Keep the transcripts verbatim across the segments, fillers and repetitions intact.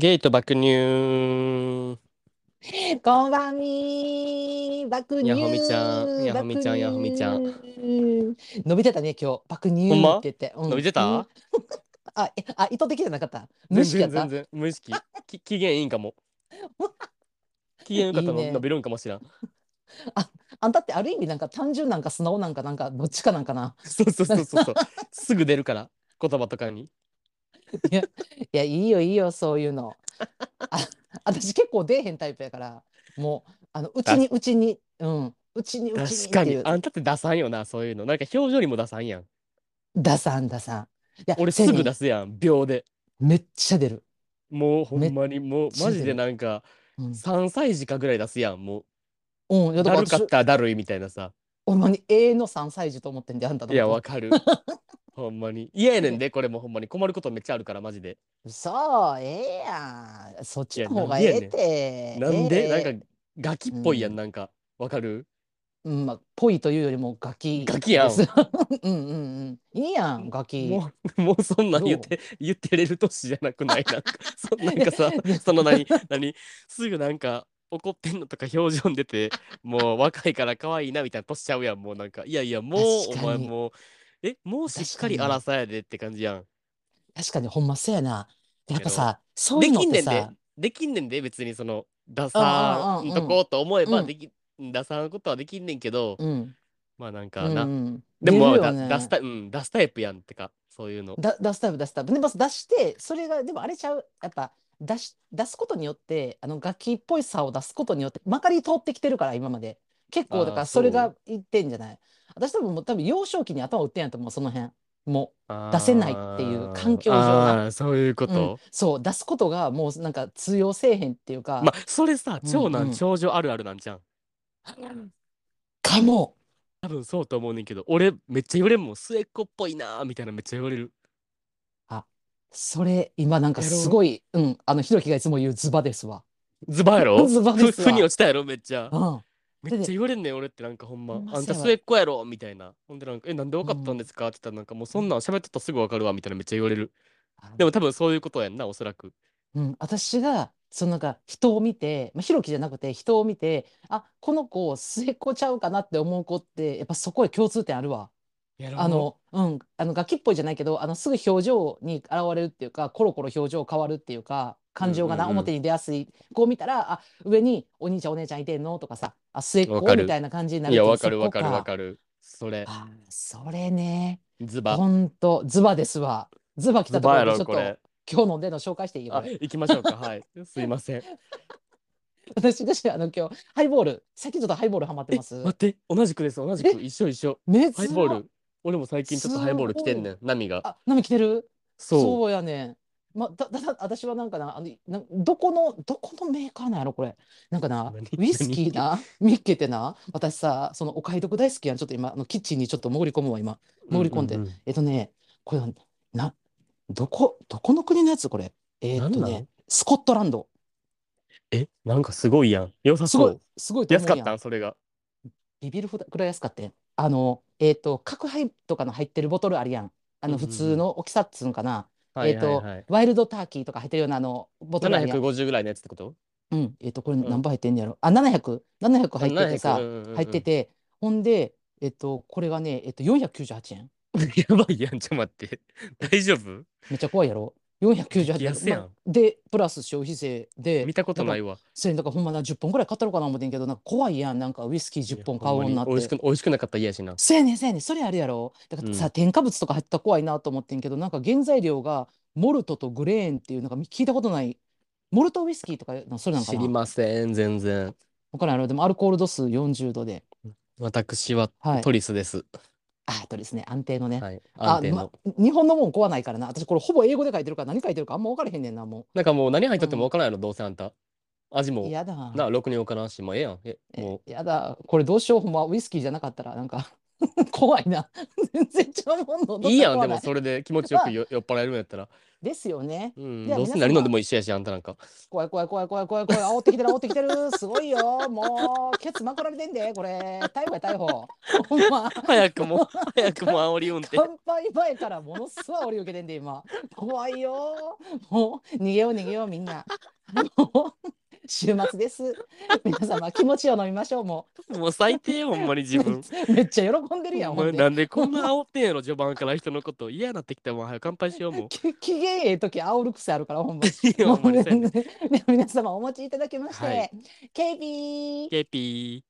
ゲート爆乳。 こんばんみー、爆乳やほみちゃん、やほみ爆ちゃん、やほみちゃん。 乳伸びてたね、今日。爆ほんま乳って言って。う伸びん。うん。 てた？ あ、えあ、意図的じゃなかった。無意全識やった。 然全然、無意識。き、機嫌いいんかも。機嫌よかっいいね。 たの伸びるんかもしらん。 あ、あんたってある意味なんか単純なんか素直なんかなんかどっちかなんかな。 そうそうなんかそうそうそう。すぐ出るから、言葉とかに。 いや、いや、いいよいいよ、そういうの。あ、私結構出えへんタイプやから、もう、あの、うちた、 にうちに、うん、うちにうち確かに。 にっていう、 あんたって出さんよな、そういうの。なんか表情にも出さんやん。 出さん出さん。いや、 俺すぐ出せやねすやん、秒で。 ん、めっちゃ出る。 もうほめっんまに、もうマジでちゃ出る。 なんか、 うん。 さんさい児かぐらい出すやん。もう、 うん、いや、だだるかっから私、 たらだるいみたいなさ。 ほんまに永遠のさんさい児と思ってんで、あんたいや、 のこと。 わかる。ほんまに。嫌やねんで、これもほんまに困ることめっちゃあるから、マジで。 そう、ええやん。そっいや、 ちの方がええなんでやねて、 ん。なんでなんか、 ええ。 ガキっぽいやん、 うん。 なんか。わかる？ うん、まあ、ぽいというよりもガキガキやん。 です。うんうんうん。いいやん、ガキ。 もう、もうそんなん言っどて、言ってれる年じゃなくない？なんか、そんなんう。 かさ、その何、何、すぐなんか、怒ってんのとか表情に出て、もう若いから可愛いなみたいな年ちゃうやん、もうなんか、いやいや、 確もう、おかに、 前もう、え、もうしっかり荒確かに、 さやでって感じやん。 確かに、ほんまそうやな。やっやろ？ ぱさ、そういでうのきんねんで、 ってさ、 できんねんで、別にその、ダうんサんとうんうんこうと思えうん。 ばでき、ダサんことはできんねんけど、 うん。 まあなんうん。 かな。 うん。 でも出るまあだ出すよね。 タイプ、うん、出すタイプやんってか、そういうの。 だ、出すタイプ、出すタイプ。でも出して、それが、でもあれちゃう。やっぱ、出し、出すことによって、あの、楽器っぽいさを出すことによって、まかり通ってきてるから、今まで。結構、だああ、 から、それそう。 がいってんじゃない？私多分もう、多分幼少期に頭打ってんやと思う、その辺。もう、出せないっていう環ああ、 境上な。 ああ、そういうこうん。 と？ そう、出すことが、もう、なんか、通用せえへんっていうか、 まあ、それさ、 うん長男、 うん。 長女あるあるなんじゃん。 かも。 多分そうと思うねんけど、俺めっちゃ言われんもん。末っ子っぽいなーみたいなめっちゃ言われる。 あ、それ、今なんかやろ？ すごい、うん、あの、ひろきがいつも言うズバですわ。 ズバやろ？ ズバでふ、腑にすわ。 落ちたやろめっちゃ。 うん。 めっちゃで、 言われんねん、俺ってなんかほんま。 ほんまあんたせわ。 末っ子やろみたいな。ほんでなんか、え、なんでわかったんでうん。 すかって言ったらなんかもうそんなん喋っとったらすぐわかるわみたいなめっちゃ言われる。 あの、 でも多分そういうことやんな、おそらく。 うん、私が、そのなんか人を見て、まあ、ひろきじゃなくて人を見て、あ、この子末っ子ちゃうかなって思う子って、やっぱそこへ共通点あるわ。 やろ？ あの、うん、あの、ガキっぽいじゃないけど、あの、すぐ表情に現れるっていうか、コロコロ表情変わるっていうか、 うん感情がな、 うん表に出やすい子を見たら、あ、上にお兄ちゃんお姉ちゃんいてんのとかさ、あ、末っうん。わかる。 子みたいな感じにないや、 るっていう、そわかるわかるわこか。 かる。それ、 あ、それね。 ズバ。 ほんと、ズバですわ。ズバ来たところでズバやろ、 ちょっと、 これ。 今日飲んでんの紹介していいこあ、 れ。 行きましょうか。はい。すいません。 私、私、あの、今日、ハイボール、最近ちょっとハイボールハマってえ、 ます。 待って。同じくです。同じえ、 く。一緒一緒。ハイボー珍、 ル。俺も最近ちょっとハイすボール来てごいわ。 んねん。波が。 あ、波来てる？ そそうやねん。ま、だ、だ、だ私はなんかな、あの、な、どこの、どこのメーカーなんやろ、これ。なんかう。 な、 何？ ウイス何？ キーな、ミッケってな、私さ、そのお買い得大好きやん。ちょっと今、あの、キッチンにちょっと潜り込むわ、今。 うん潜り込んで。 うんうん。 えっとね、これ、な、どこ、どこの国のやつこれ。えーっとね、 なんなん？ スコットランド。 え、なんかすごいやん。良さすごい、 そう。 すごいと安かった思うやん。 んそれが。 ビビるほどくらい安かってん。あの、えーっと、角ハイとかの入ってるボトルあるやん。あの、 うんうん普うん。 通の大きさっつうのかな。 はいえーっと、 はいはい。 ワイルドターキーとか入ってるようなあの、ボトルあるやん。 ななひゃくごじゅうぐらいのやつってこと？ うん。えーっと、これうん。 何本入ってんねやろ。あ、ななひゃく、ななひゃくあ、 入っててななひゃく、うんさ、 うんうん入ってて、ほんで、えーっと、これがね、えーっと、よんひゃくきゅうじゅうはちえん。 うん。やばいやん、ちょ待って。 え、 大丈夫？ めっちゃ怖いやろ？ よんひゃくきゅうじゅうはち なんか、まあ、 激安やん。 で、プラス消費税で、 見たこだから、 とないわ。 それだからほんまなじゅっぽんぐらい買ったのかな思ってんけど、なんか怖いやん。なんかウイスキー10 いや、 本買おうほんまに。 になって。 美味しく、美味しくなかったら嫌やしな。 そうやねん、そうやねん、それあるやろ。だからさ、 うん。 添加物とか入ったら怖いなと思ってんけど、なんか原材料がモルトとグレーンっていう、なんか聞いたことない、モルトウイスキーとか、なそれなんか知りな？ ません、全然。 わからんやろ。でもアルコール度数よんじゅうどで。 私ははい。 トリスです。 あ、あとですね、安定のね。 はい。安あ、ま、 定の。 日本のもん壊ないからな。私これほぼ英語で書いてるから何書いてるかあんま分からへんねんな、もなんかもう何入っう。 とってもわうん。 からんやろ、どうせあんた。味も、 やな、 だ。 ろくにわからんし、もうええやん。え、 え、 もやだ。これどうしよう。ほんま、ウイスキーじゃなかったら、なんか怖いな。全然ちゃうもんのどっいいやん、でたら怖ない。 もそれで気持ちよくまあ、 よ酔っ払えるんやったら。 ですよね。 うん、 ではどうせ何飲んで皆様、 も一緒やし、あんたなんか。 怖い怖い怖い怖い怖い怖い、煽ってきてる煽ってきてる、すごいよ。もう、ケツまくられてんで、これ。逮捕や逮捕。ほんま。 早くも、早くもか煽り運転。 乾杯前からものすごい煽り受けてんで、今。怖いよ。もう、逃げよう逃げよう、みんな。もう、週末です。皆様、気持ちを飲みましょう、ももう最低よ、ほんまにう。めっ自分。 ちゃめっちゃ喜んでるやん、ほお前んで。 なんでこんな煽ってんやろ、序盤から人のこと。嫌になってきたもん。早く乾杯しよう、もき機嫌ええ時煽る癖あるから、ほんう。 ま。 いや、ほんまにもうね、 そうやねん。 ね皆様お持ちいただきましはい。 て、ケイピー。 ケーピ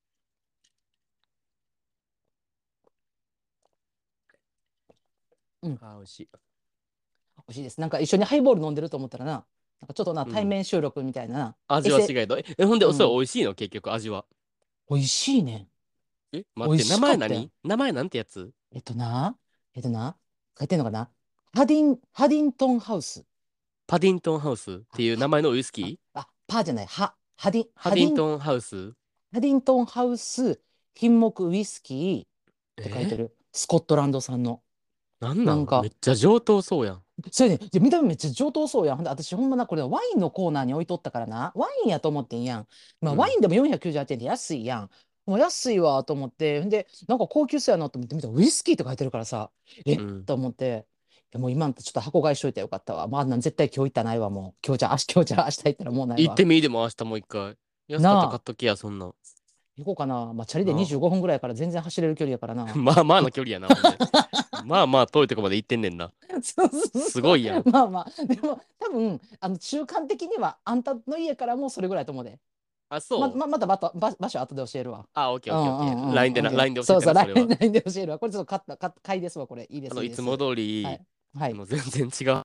うん、 ー。あー、美味しい。 美味しいです。なんか一緒にハイボール飲んでると思ったらな、なんかちょっとな、対うん。 面収録みたいなな、エセ、 味は違えど。え、えほんで、それうん、 美味しいの結局、味は。 美味しいねん。 え、待って、名美味しか前ったよ。 何名前なんてやつ？ えっとな、えっとな、書いてんのかな、ハディン、ハディントンハウス。 パディントンハウスってあ、は、 いう名前のウイスキあ、 ー？ あ、パーじゃない、ハ、ハディン、ハディン、 ハディントンハウス。 ハディントンハウス、品目ウイスキーって書いてえる。スコットランド産の。 なんななんか、 んめっちゃ上等そうやん。 それね、いや見た目めっちゃ上等そうやん。ほんで、私ほんまな、これワインのコーナーに置いとったからな。ワインやと思ってんやん。まあ、ワイうん。 ンでもよんひゃくきゅうじゅうはちえんで安いやん。もう安いわと思って。んで、なんか高級そうやなと思って見たらウイスキーって書いてるからさ、えうん。 と思って、いやもう今んとちょっと箱買いしといたらよかったわ。まあ、あんなん絶対今日行ったらないわ、もう。今日じゃ、明日、今日じゃ、明日行ったらもうないわ。 行ってみでも明日もう一回。安かったら買なあ、 っときや、そんなん。 行こうかな。まあ、チャリでなにじゅうごふんぐらいやから全然走れる距離やからあ。 な。 まあまあの距離やな、ほんで。まあまあ遠いとこまで行ってんねんな。 そうそうそう。 すごいやん。 まあまあ、でも多分、あの中間的にはあんたの家からもそれぐらいだと思うで。 あ、 ま、 そう。 ま、また場場場所後で教えるわ。 あ、オッケーうんうオッケーオッケー。 んうん。 ライン でな、 オッケー。 ライン で教えそうそう、 てな、そライン、 れは。 ラインで教えるわ。これちょっと買った、買った、買いですわ、これ。いいです、 あの、 いいです。 いつも通り、 はい。はい。 あの、全然違う。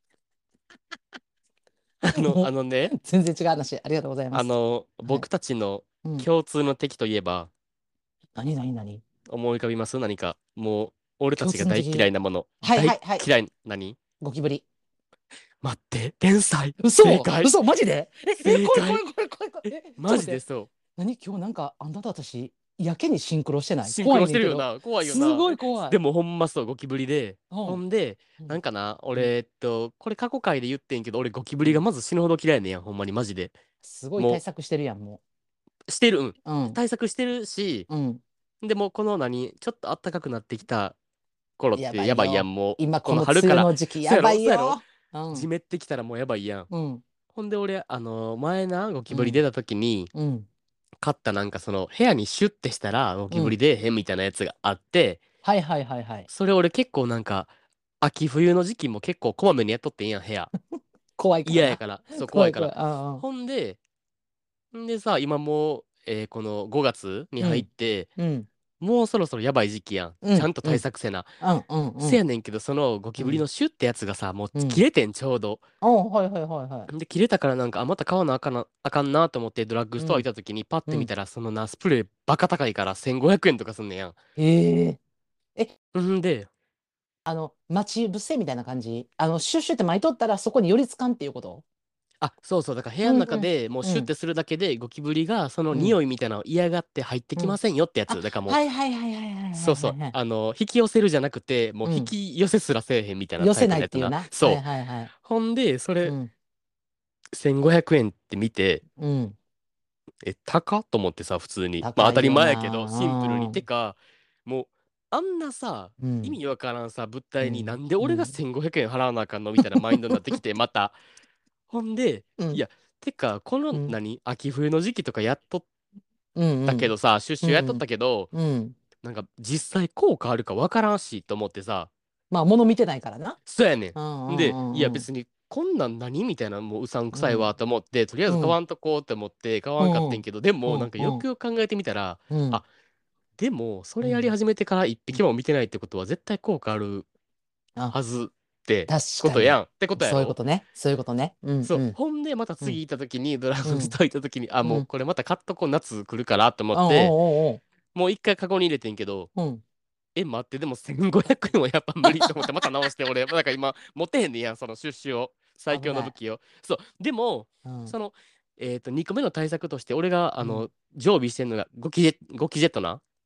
あの、あものね、 う、全然違う話。ありがとうございます。 あの、 はい。 僕たちのうん。 共通の敵といえば、 何何何思い浮かびます何か？もう、俺た共ちが大嫌通の敵。 いなもの。 はいは大いはい。 嫌い。何？ ゴキブリ。 待って、天才。正嘘解。 嘘マジでえ、え、 正解。 怖い怖い怖い怖い怖い。 え、 え、ちょっとマジ待って。 でそう。 何今日なんか、あんたと私、やけにシンクロしてない？ シンクロし怖いねんけど。 てるよな。怖いよすな。 ごい怖い。 でもほんまそう、ゴキブリで。 うん。 ほんで、 うん。 なんかな、 うん。 俺、えっと、これ過去回で言ってんけど、俺ゴキブうん、 リがまず死ぬほど嫌いやねんやん、ほんまにマジで。 すごい対も策してるやん、もう、してる、うん。 う。うん。 対策してるし、 うん。 でもこの何、ちょっと暖かくなってきた頃っやてやばいやばいよ。 ん、もう。こ今この梅の春から。 雨の時期、 そうややばろそうやろいよ。うん。 じめってきたらもうやばいやん。 うん。 ほんで俺、あのー前な、ゴキうん。 ブリ出た時に、 うん。 買ったなんかその、部屋にシュッてしたらゴキブリうん。 出えへんみたいなやつがあって、 はいはいはいはい。 それ俺結構なんか、秋冬の時期も結構こまめにやっとってんやん、部屋。 怖いからな。 嫌やから。そう、怖怖い怖い。 いから。 ああ。 ほんで、んでさ、今もう、えーこのごがつに入っうん。 て、 うん。 もうそろそろやばい時期やん。 うん。 ちゃんとうん。 対策せな。 うん。うん。うん。 せやねんけど、そのゴキブリうん。 のシュッってやつがさ、もううん。 切れてん、ちょうど。 ああ、はいはいはいはい。 で、切れたからなんか、あ、また買わなあかんな、あかんなと思ってドラッグストア行っうん。 た時にパッうん。 て見たら、そのな、スプレーバカ高いからせんごひゃくえんとかすんねやん。 えええ、 んで、 あの、待ち伏せみたいな感じ？あの、シュッシュって巻いとったらそこに寄りつかんっていうこと？ あ、そうそう、だから部屋のうんうん。 中でもううん。 シュッてするだけでゴキブリがそのうん。 匂いみたいなのを嫌がって入ってうん。 きませんよってやあ、 つ。だからもう、 はいはいはいはいはいはそうそう、 いはいはい。 あの、引き寄せるじゃなくて、もう引うん。 き寄せすらせえへんみたいなタイ寄せなプのやつな。 いっていうな。はいそう。 はいはい。 ほんで、それうん。 せんごひゃくえんって見て、 うん。 え、高っと思ってさ、普通に。まあ当たり高いよ前やけど、シンプルに。 な。 てか、もう、あんなさ、 うん。 意味わからんさ、物体になうん。 んで俺がうん。 せんごひゃくえん払わなあかんのみたいなマインドになってきて、また。ほんで、 うん。 いや、てか、このうん。 何、秋冬の時期とかやっとっうん。 たけどさ、シュッシュやっとったうん。 けど、 うん。 なんか実際効果あるかわからんしと思ってさ、 まあ、物見てないからな。 そうやねうんうん。んで、いやんうん別にこんなん何みたいな、もううさんくうん。 さいわと思って、とりあえうん。 ず買わんとこうって思って買わんかっうん。 てんけど、でうもなんかよくん。 よく考えてみたら、 うん。 あ、でもそれやりうん。 始めてから一うん。 匹も見てないってことは絶対効果あるあ、 はずって確かに。 ことやん。ってことやそういうころ？ とね。そういうことね。うんそう。 うん。 ほんでまたうん。 次行った時にドラッうん。 グストア行った時に、あ、 うん。 もうこれまた買っとこう夏来るからと思おうっておうおうもう一回カゴに入れてんけど、 おう。うん。 え、待って、でもせんごひゃくえんはやっぱ無理と思って、また直して、俺、だから今、持てへんねんやん、そのシュッシュを。最危ない。 強の武器を。そう。でも、 うん。 その、えっと、にこめの対策として、俺が、あうん。 の、常備してんのが、ゴキジェ、ゴキジェットな。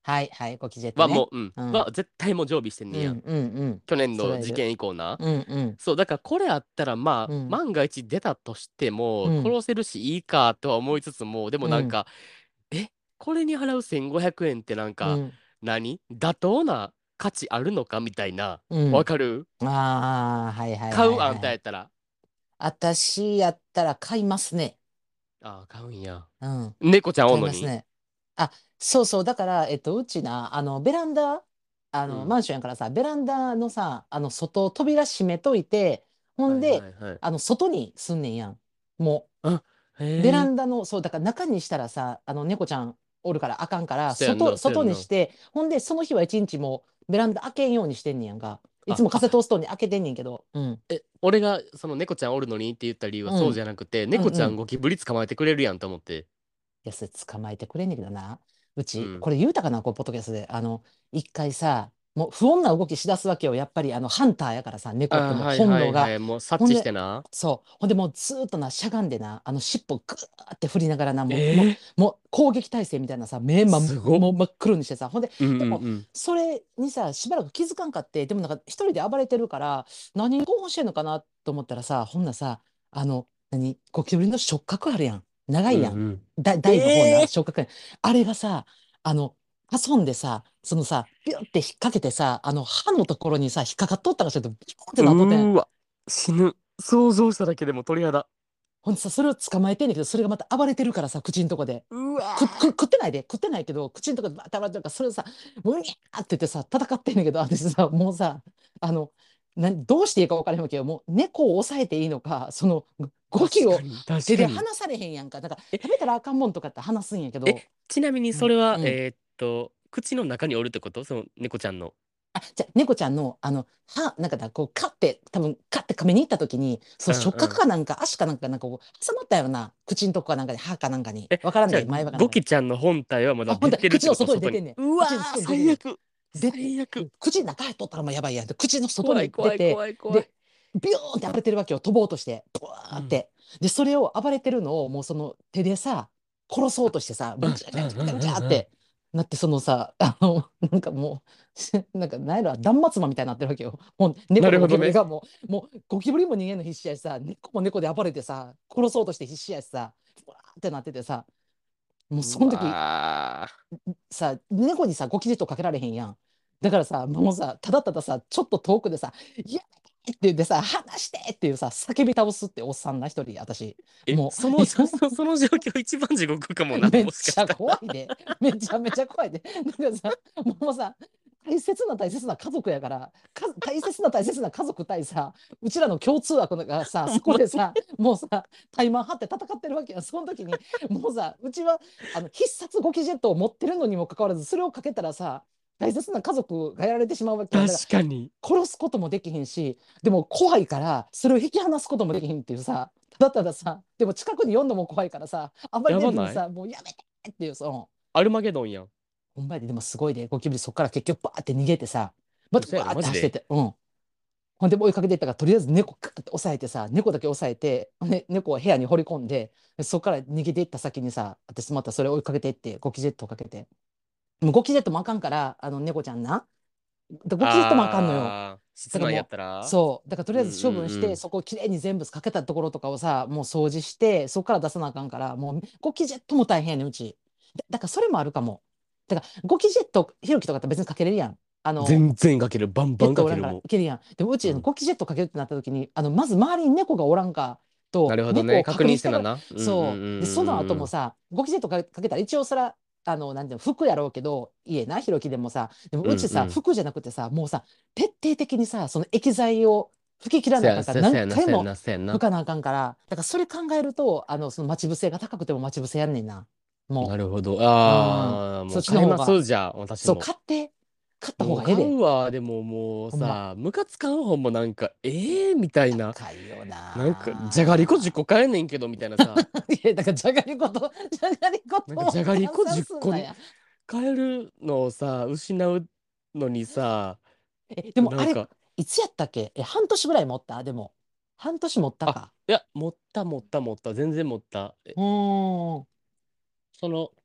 はいはい、ゴキジェットね。 はもう、うん、 うん。 は絶対もう常備してんねやん。 うんうんうん。 去年の事揃える。 件以降な。 うんうん。 そう、だからこれあったら、まあ、 うん。 万が一出たとしても、 うん。 殺せるしいいかとは思いつつも、でもうん。 なんか、え、これに払うせんごひゃくえんってなんか、 うん。 何妥当な価値あるのかみたいな。 うん。 わかる？ ああ、はいはい買うあんはいはいはい。 たやったら。 私やったら買いますね。 ああ、買うんや。 うん。 猫ちゃんおんのに？ 買いますね。あ、そうそう。だから、えっと、うちな、あの、ベランダ、あの、 うん。 マンションやからさ、ベランダのさ、あの、外、扉閉めといて、ほんはいはで、 いはい。 あの、外に住んねんやん。もあ、 う、ベラへえ。 ンダの、そう、だから中にしたらさ、あの、猫ちゃんおるからあかんから、外、 そやんな、そや外んな。 にして、ほんで、その日は一日もうベランダ開けんようにしてんねやんか。いつあ、 もあ、 風通すとに開けてんねんけど。うん。 え、俺がその猫ちゃんおるのにって言った理由はそううん。 じゃなくて、猫ちゃんうんうん。 ゴキブリ捕まえてくれるやんと思って。 いや、それ捕まえてくれんねんけどな。うち、 うん。 これ言うたかな、こう、ポッドキャストで。あの、一回さ、もう不穏な動きしだすわけよ。やっぱり、あの、ハンターやからさ、猫ってあ、 もうはい本能が。 はいはい。もう察知してほんで、 な。 そう。ほんで、もうずーっとな、しゃがんでな、あの、尻尾グーって振りながらな、もう、もええ、 う、もう攻撃態勢みたいなさ、目ま、 すごっ。 もう真っ黒にしてさ、ほんで、 うんうんでも、 うん。 それにさ、しばらく気づかんかって、でもなんか、一人で暴れてるから、何興奮してんのかなと思ったらさ、ほんなさ、あの、何ゴキブリの触覚あるやん。長いやん。 うんうん。 だ、台の方な、 ええ、 触覚。あれがさ、あの、遊んでさ、そのさ、ピュって引っ掛けてさ、あの、歯のところにさ、引っかかっとったらしいと、ビコンってうなっとってん。 ーわ。死ぬ。想像しただけでも鳥肌。 ほんでさ、それを捕まえてんねんけど、それがまた暴れてるからさ、口んとこで。 うわく、く、食ってないで、食ってないけど、口んとこでバーって暴れてるから、それをさ、もう、うにゃーって言ってさ、戦ってんねんけど、私さ、もうさ、あの、な、どうしていいか分からへんわけよ。もう、猫を抑えていいのか、その、ゴキをー、確かに、確手でかに。 離されへんやんか。だから、 え、 食べたらあかんもんとかって話すんやけえ、 ど、 ちなみにうん、 それは、 うん。 えーっと、口の中におるってこと？その猫ちゃんの。 あ、じゃあ、猫ちゃんの、あの、歯、なんかだ、こう、カって、多分、カって噛みに行った時に、その触うんうん。 覚かなんか、足かなんか、なんかこう、挟まったような、口んとこかなんかに、歯かなんかに、 え、じゃあ、 わからんで、前歯かなんかに。 ゴキちゃんの本体はまだあ、ほん出と、口のてるってこと？外に。 外に出てんねん。 うわー、 口の外に出てんねん。 最悪。 出て、 最悪。 口の中入っとったらもうやばいやん。で口の外怖いに出て、 怖い怖い怖い。 で、ビューンって暴れてるわけよ。飛ぼうとして。ブワうん。 ーって。で、それを暴れてるのを、もうその手でさ、殺そうとしてさ、 うんブチャうんうブチャブチャブチんうんうん。 ャってなって、そのさ、あの、なんかもう、なんか、なんやろ、断末魔みたいになってるわけよ。もう、猫とゴキなるほどね。 ブリがもう、もう、ゴキブリも逃げんの必死やしさ、猫も猫で暴れてさ、殺そうとして必死やしさ、ブワーってなっててさ、もううその時、 わさ、猫にさ、ゴキジェットかけられへんやん。だからさ、もうさ、ただたださ、ちょっと遠くでさ、やめてって言ってさ、離してっていうさ、叫び倒すっておっさんな一人、私。 ー。え、 もその、そ、そその状況一番地獄かもな、 う、めっもしかちゃしたら。 怖いで。めちゃめちゃ怖いで。なんかさ、もうさ、大切な大切な家族やから、か大切な大切な家族対さ、うちらの共通枠がさ、 ほんそこまに。 でさ、もうさ、対マン張って戦ってるわけや。その時に、もうさ、うちはあの必殺ゴキジェットを持ってるのにもかかわらず、それをかけたらさ、大切な家族がやられてしまうわけやん。だか確かに。 ら、殺すこともできへんし、でも怖いから、それを引き離すこともできへんっていうさ、ただたださ、でも近くに呼んのも怖いからさ、暴れやばない？ てるのにさ、もうやめてっていう、その、 アルマゲドンやん。 ほんまやで、でもすごいで、ゴキブリそっから結局バーって逃げてさ、また嘘やバーっろマジで？ て走ってって、うん。ほんで追いかけていったから、とりあえず猫カーって押さえてさ、猫だけ押さえて、ね、猫を部屋に放り込んで、そこから逃げていった先にさ、私またそれ追いかけていって、ゴキジェットをかけて。もうゴキジェットもあかんから、あの猫ちゃんな。だゴキジェットもあかんのよ。 あー、室内やっだからもう、 たら。 そう。だからとりあえずうんうん処分して、 うん。 そこをきれいに全部かけたところとかをさ、もう掃除して、そこから出さなあかんから、もうゴキジェットも大変やねん、うち。だ、だからそれもあるかも。だからゴキジェット、ひろきとかって別にかけれるやん。あの、 全然かける。バンバンペットおらんからかけるもいけるやん。でもうちん。うん。 ゴキジェットかけるってなった時に、あの、まず周りに猫がおらんかなと、 るほどね。 猫を確確認してから、 認せなな。うんうんうんそう。で、その後うんうん。 もさ、ゴキジェットかかけたら一応そら、あの、なんていうの、服やろうけど、家な、ひろきでもさ、でもうんうちさ、 うん。 服じゃなくてさ、もうさ、徹底的にさ、その液剤を吹き切らせや、 なあかんから、 せや、せ何やな、せやな、 回もせやな。 吹かなあかんから、だからそれ考えると、あの、その待ち伏せが高くても待ち伏せやんねんな。もなるほど。 う。うん。 ああ、もそっちう買いまの方が、 すじゃあ、私そう、 も。 買って、買った方もう買がええで。 うわ。でももうほんま。 さ、ムカつかん方もなんか、ええー、みたいな。 高いよなんか、じゃがりこじゅっこな買えんねんけど、みたいなさ。 ぁ。いや、だから、じゃがりこと、じゃがりこなんか、 とじゃがりこ10 換算すん個なや。 買えるのをさ、失うのにさ、 え、でも、あれ、 なんか、 いつやったっけ？え、半年ぐらい持ったでも。半年持ったあ、 か。 いや、持った持った持った、全然持った。え、 うーん。 その、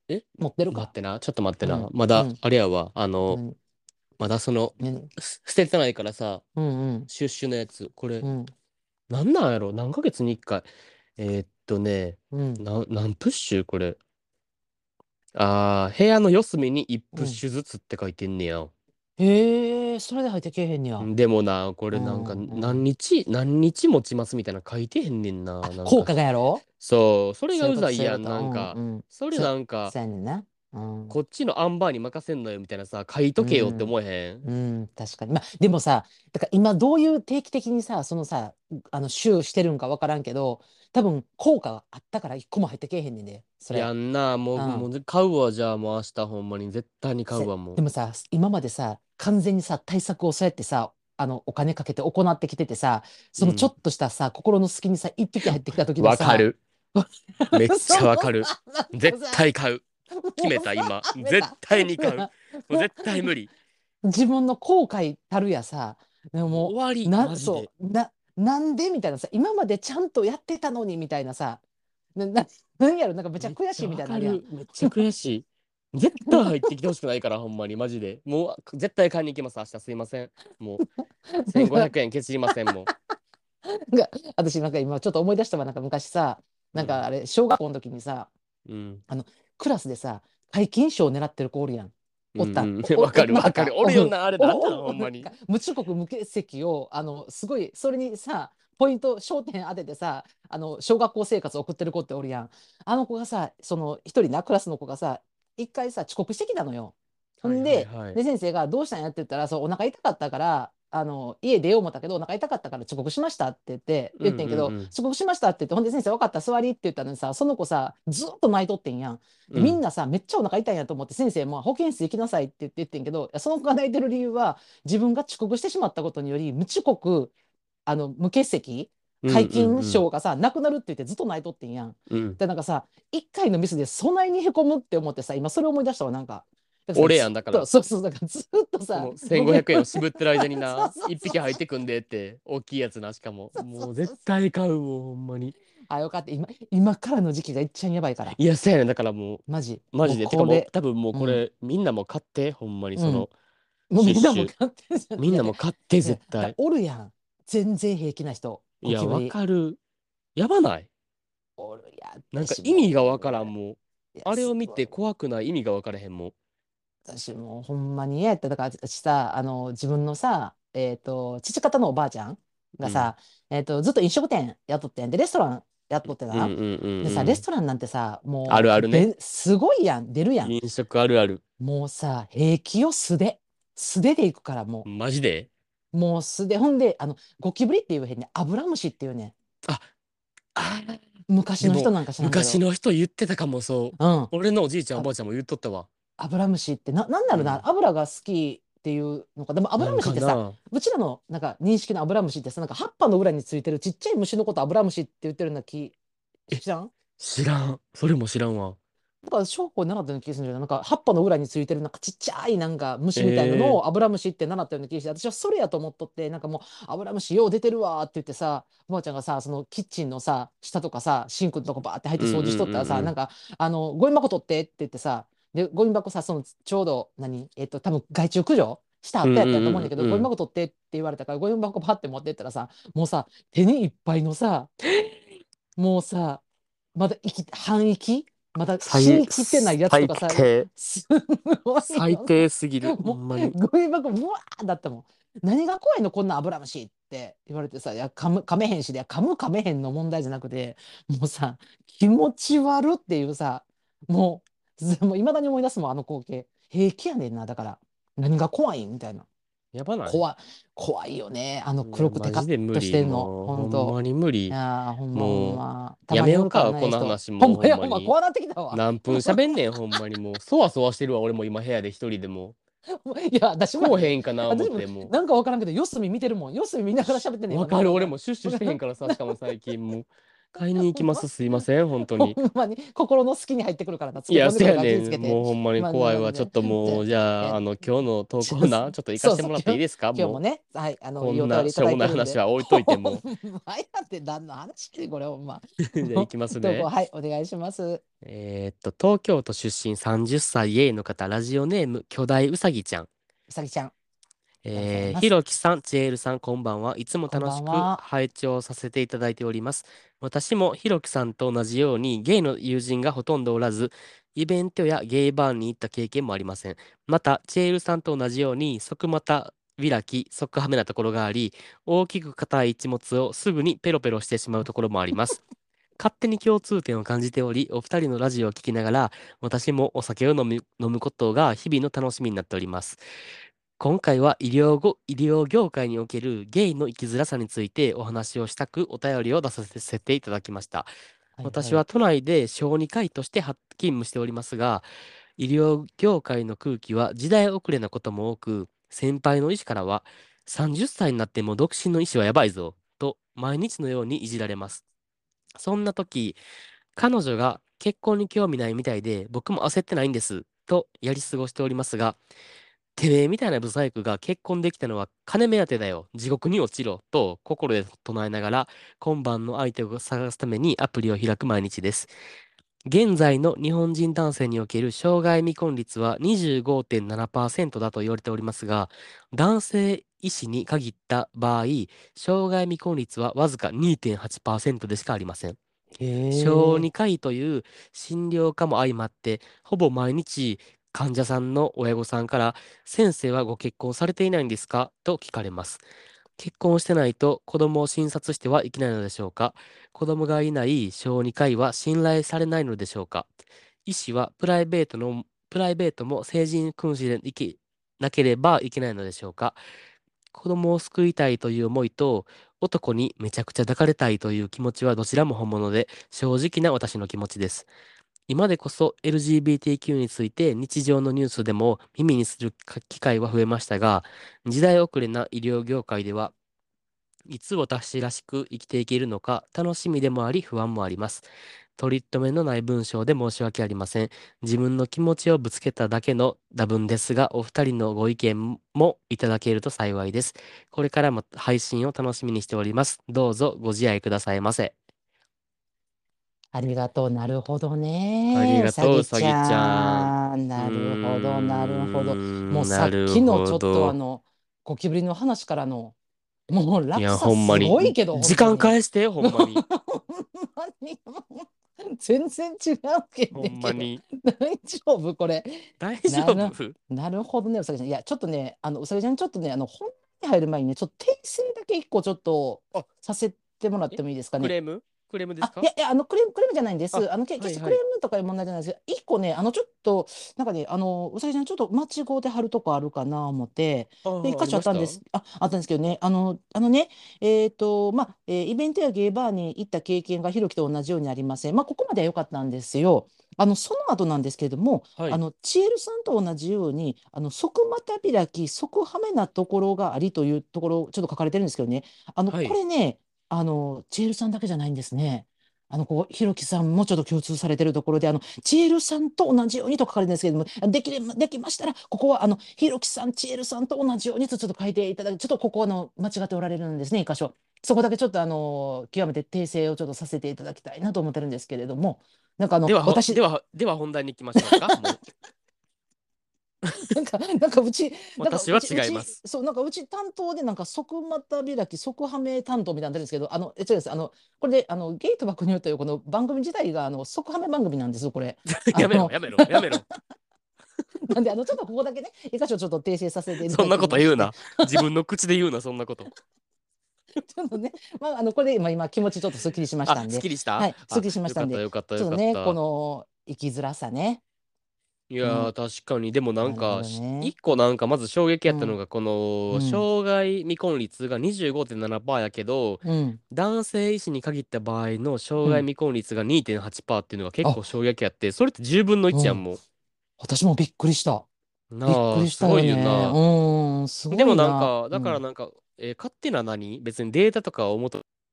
え持ってるか。 待ってな、ちょっと待ってな。 うん。 まだ、 うん。 あれやわ。あの、 何まだその、 何す捨ててないからさ、 うんうん。 シュッシュのやつ。これ、 うん。 なんなんやろ何ヶ月に一回。えーっとね、 うん。 な、何プッシュこれ。あー、部屋の四隅に一プうん。 ッシュずつって書いてんねや。 へえ、それで入ってけえへんねや。 でもな、こうれなんかんうん。 何日、何日持ちますみたいな書いてへんねんあ、 な。なん効か、 果がやろそう、それがそういうこと、 うざいやん。 そういうこと。うなんか、 んうん。 それそう、 なんか、 そうやねんな。うん。 こっちのアンバーに任せんのよみたいなさ、書いとけよってうん。 思えへん。 うん、確かに。まあ、でもさ、だから今どういう定期的にさ、そのさ、あの、週してるんかわからんけど、多分効果があったから一個も入ってけえへんねんで、それ。 やんな、もう、もうん。 う買うわ、じゃあもう明日ほんまに絶対に買うせわ、もう。 でもさ、今までさ、完全にさ、対策をそうやってさ、あの、お金かけて行ってきててさ、そうん。 のちょっとしたさ、心の隙にさ、一匹入ってきた時のさ、 わかる。めっちそのさ、 ゃわかる。絶なんかさ、 対買う。決めた、 もうさ、 今。絶めた、 対に買う。 なもう絶も対無理。 う自分の後悔たるやさ、でももうもう、 終わり、 な、 マジで。 そう、な、なんでみたいなさ、今までちゃんとやってたのにみたいなさ、な、な、なんやろ、なんかめっちゃめっちゃ悔しいみたいになるやん。 わかる。めっちゃ悔しい。絶対入ってきてほしくないから、ほんまに、マジで。もう、絶対買いに行きます、明日すいません。もう、1500円ケチりません、もが私なんか今ちょっと思い出したわ。なんか昔さ、 う。うん。 なんかあれ小学校の時にさ、 うん。 あのクラスでさ、皆勤賞を狙ってる子おるやん。 うんおった。 うん。 お、 わお、おかるわかる。 なかった。お、 おるよな、あれなんなん、 お、お、 ほんまに。 なんか無遅刻無欠席を、あの、すごい、それにさ、ポイント、焦点当ててさ、あの、小学校生活を送ってる子っておるやん。あの子がさ、その、一人な、クラスの子がさ、一回さ、遅刻してきたのよ。ほはいんで、 はいはい。 で、先生がどうしたんやって言ったら、そう、お腹痛かったから、あの、家出よう思ったけど、お腹痛かったから遅刻しましたって言って、 うん言ってんけど、 うんうん。 遅刻しましたって言って、ほんで先生分かった、座りって言ったのにさ、その子さ、ずっと泣いとってんやん。で、みんうん。 なさ、めっちゃお腹痛いんやと思って、先生も保健室行きなさいって言って言ってんけど、いやその子が泣いてる理由は、自分が遅刻してしまったことにより、無遅刻、あの、無欠席、 うん皆勤うんうん。 賞がさ、なくなるって言ってずっと泣いとってんやん。 うん。 で、なんかさ、一回のミスでそないにへこむって思ってさ、今それ思い出したわ、なんか。だからさ、 俺やん、 ずっと、 だから。 そうそう、だからずっとさ、 そのごめん、 せんごひゃくえんを渋ってる間にそうな、 そうそう一匹入ってそう。 くんでって、大きいやつな、しかも。 そうそもう絶うそうそう。 対買うもん、ほんまに。 あ、よかった。今、今からの時期が一番やばいから。 いや、そうやねん。だからもマジ。 う、マもうジで。てかもう、 これ。 多分もううん。 これ、みんなも買って、ほんまにうん。 その、 もうみんなもシュッシュ。 買ってるじゃん。いみんなやいや、 も買って、 いや、だ絶対。 おるやん。全然平気な人。 いや、わゴキブリ。 かる。やばない？ おるやん。 なんか私意味がわもう、 からん、もう。 いや、 あれをすもう見て怖くない意味がわからへん、も私もうほんまに嫌やった。だから私さ、あの、自分のさ、えっと、父方のおばあちゃんう。うん。 がさ、えっと、ずっと飲食店やっとってんで、レストランやっとってな。 うんうんうんでさ、レスうん。 トランなんてさ、 あるもう、 あるね。 で、すごいやん、出るやん。 飲食あるある。 もうさ、平気よ、素手。素手で行くから、もマジで？ う。もう素手。ほんで、あの、ゴキブリっていうへんね、アブラムシっていうね、 あ、あー昔でも、 の人なんか知らんけど、 昔の人言ってたかも、そう。 うん。 俺のおじいちゃんおあ、 ばあちゃんも言っとったわ。 アブラムシって、な、なんだろうな、 うん。 油が好きっていうのか、でもアブラなんムシってさ、 かな。 うちらのなんか認識のアブラムシってさ、なんか葉っぱの裏についてるちっちゃい虫のことアブラムシって言ってるような気、 え、 知らん知らん。それも知らんわ。 だから小学校で習ったような気がするんだよな。なんか葉っぱの裏についてるなんかちっちゃいなんか虫みたいなのええをアブラムシって習ったような気がして、私はそれやと思っとって、なんかもうアブラムシよう出てるわーって言ってさ、おばあちゃんがさ、そのキッチンのさ、下とかさ、シンクのとこバーって入って掃除しうんうんとったらさ、 うんうん。 なんか、あの、ゴミ箱取ってって言ってさ、で、ゴミ箱さ、そのちょうど、何えっと、多分害虫駆除したうん後やったと思うんだけど、ゴミうんうんうん。 箱取ってって言われたから、ゴミ箱パッて持ってったらさ、もうさ、手にいっぱいのさ、もうさ、まだ生き、半生きまだ死最、 にきってないやつと最かさ、 低。 すごい最のさ、 低すぎる。ほもんまに。 う、ゴミ箱、ブワーだったもん。何が怖いのこんなアブラムシって言われてさ、いや、噛む、噛めへんしで、噛む噛めへんの問題じゃなくて、もうさ、気持ち悪っていうさ、もう、ずもう未だに思い出すもん、あの光景。平気やねんな、だから、何が怖いんみたいな。 やばない？ 怖い、怖いよね。あのいや、 黒くテカッマジで無とし理。 てんの、 もう、 ほんと。 ほんまに無い理。 やー、ほんまほんもう、 ま。たやまにおるからめようか、こね、人。 の話もう、ほほんまや、ほんま、 んまに。 怖なってきたわ。 何分喋んねん、ほんまにもう。そわそわしてるわ、俺も今部屋で一人でも。 いや、私もやで。 こうへんかな思私も、 ってもなんかわからんけど、四隅見てるもん。四隅見ながら喋ってんねん、 う。わかる、 今なんか。 俺もシュッシュしてへんからさ、しかも最近もう。 買いに行きます。すいません、本当ほに。 んまに心の隙に入ってくるからな、ついや、 け込んでくるから気せやねん。 ぃつけて。 もうほんまにまあ、 怖いわ。ちょっなので、 ともう、 で、 じゃあ、 え、 あの、今日の投ちょ稿な、ちょっと行かしそうそう、 てもらっていい今日、 ですか？もう、 今日もね、はい、あの、いいお便こんなりいただしょうもないいてるんで、 話は置いとほんいても。 まやって何の話やねんこれ、ほんま。 じゃあ行きます投稿、 ね。 はい、お願いします。 えーっと、東京都出身さんじゅっさい A の方、ラジオネーム、巨大うさぎちゃん。 うさぎちゃん、ありがとうございえー、ひます。 ろきさん、ちえるさん、こんばんは。いつもこんば楽しくんは。 拝聴させていただいております。私もひろきさんと同じようにゲイの友人がほとんどおらず、イベントやゲイバーに行った経験もありません。また、ちえるさんと同じように、即股開き、即ハメなところがあり、大きく硬い一物をすぐにペロペロしてしまうところもあります。勝手に共通点を感じており、お二人のラジオを聞きながら、私もお酒を飲む、飲むことが日々の楽しみになっております。今回は医療ご、医療業界におけるゲイの生きづらさについてお話をしたくお便りを出させていただきました。 はいはい。 私は都内で小児科医として勤務しておりますが、医療業界の空気は時代遅れなことも多く、先輩の医師からはさんじゅっさいになっても独身の医師はやばいぞと毎日のようにいじられます。そんな時、彼女が結婚に興味ないみたいで僕も焦ってないんですとやり過ごしておりますが、てめえみたいなブサイクが結婚できたのは金目当てだよ。地獄に落ちろ。と心で唱えながら、今晩の相手を探すためにアプリを開く毎日です。現在の日本人男性における生涯未婚率はにじゅうごてんななパーセントだと言われておりますが、男性医師に限った場合、生涯未婚率はわずかにてんはちパーセントでしかありません。 へえ。 小児科医という診療科も相まって、ほぼ毎日患者さんの親御さんから、先生はご結婚されていないんですかと聞かれます。結婚してないと子供を診察してはいけないのでしょうか？子供がいない小児科医は信頼されないのでしょうか？医師はプライベートの、プライベートも成人君子でいけなければいけないのでしょうか？子供を救いたいという思いと、男にめちゃくちゃ抱かれたいという気持ちはどちらも本物で、正直な私の気持ちです。今でこそ エルジービーティーキュー について日常のニュースでも耳にする機会は増えましたが、時代遅れな医療業界では、いつ私らしく生きていけるのか楽しみでもあり不安もあります。取り留めのない文章で申し訳ありません。自分の気持ちをぶつけただけの打文ですが、お二人のご意見もいただけると幸いです。これからも配信を楽しみにしております。どうぞご自愛くださいませ。 ありがとう。なるほどありね。うがとう、うさぎちさぎちゃん。うゃん。 ーなるほど、なるほど。もうん、 さっなるきのちょっとあほど。 の、ゴキブリの話からの、もういや、 落差すほんまに。 ごいけど、 時間本当に。 返して、ほほんんまに。 まに、全然違うけんほねんけど、 んまに。 大丈夫これ。 大丈なる、 夫？ なるほどね、うさぎちゃん。いや、ちょっとね、あの、うさぎちゃん、ちょっとね、あの、本に入る前にね、ちょっと訂正だけ一個ちょっとあ、 させてもらっえてもいいですかね。 クレームクレームですあ、いか？ や、いや、あの、クレーム、クレームじゃないんであ、 す。あの、け、決してクレはいはい。 ームとかいう問題じゃないです。一個ね、あの、ちょっと、なんかね、あの、うさぎちゃん、ちょっと間違うてはるとこあるかな、思って、で、一ああ、あ箇りました？ 所あったんです。あ、あったんですけどね、あの、あのね、えっと、まあ、えーイベントやゲイバーに行った経験がひろきと同じようにありません。まあ、ここまでは良かったんですよ。あの、その後なんですけれども、 はい。 あの、チエルさんと同じように、あの、即股開き、即ハメなところがありというところ、ちょっと書かれてるんですけどね、あの、こはい。 れね、あの、チエルさんだけじゃないんですね。あの、こう、ひろきさんもちょっと共通されてるところで、あの、ちえるさんと同じようにと書かれてるんですけれども、できれば、できましたら、ここは、あの、ひろきさん、ちえるさんと同じようにとちょっと書いていただき、ちょっとここは、あの、間違っておられるんですね、一箇所。そこだけちょっと、あの、極めて訂正をちょっとさせていただきたいなと思ってるんですけれども、なんかあの、 では、ほで私、 は、では本題に行きましょうか。もう、 なんか、なんかうち、なんか私はうち、うち、 違います。 そう、なんかうち担当で、なんか即股開き、即ハメ担当みたいなのあるんですけど、あの、え、違うんです。あの、これで、あの、ゲート爆乳というこの番組自体が、あの、即ハメ番組なんですよ、これ。 やめろ、 あの、 やめろ、やめろ。 なんで、あの、ちょっとここだけね、一箇所ちょっと訂正させていただそんなきまして、 こと言うな。自分の口で言うな、そんなこと。 ちょっとね、まあ、あの、これで今、今、気持ちちょっとすっきりしましあ、 たんで、 すっきりした？ はい、すっあ、 きりしましたんで、 よかった、よかった、よちょっとね、こかった。 の、生きづらさね、 いやー、 うん、 確かに。でもなんなるほか、しどね、 一個なんかまず衝撃やうん、 ったのが、この、 うん、 生涯未婚率がにじゅうごてんななパーセントやけど、 うん、 男性医師に限った場合の生涯うん。 未婚率がにてんはちパーセントっていうのが結あ、 構衝撃やって、それってじゅうぶんのいちやん、 うん。 も私もびっくりした。 う。 びっくなあ、 りしたすごいよよね。 な。 うん、すでごいな。 もなんか、だからうん。 なんか、えー勝手な何別にデータとかをもと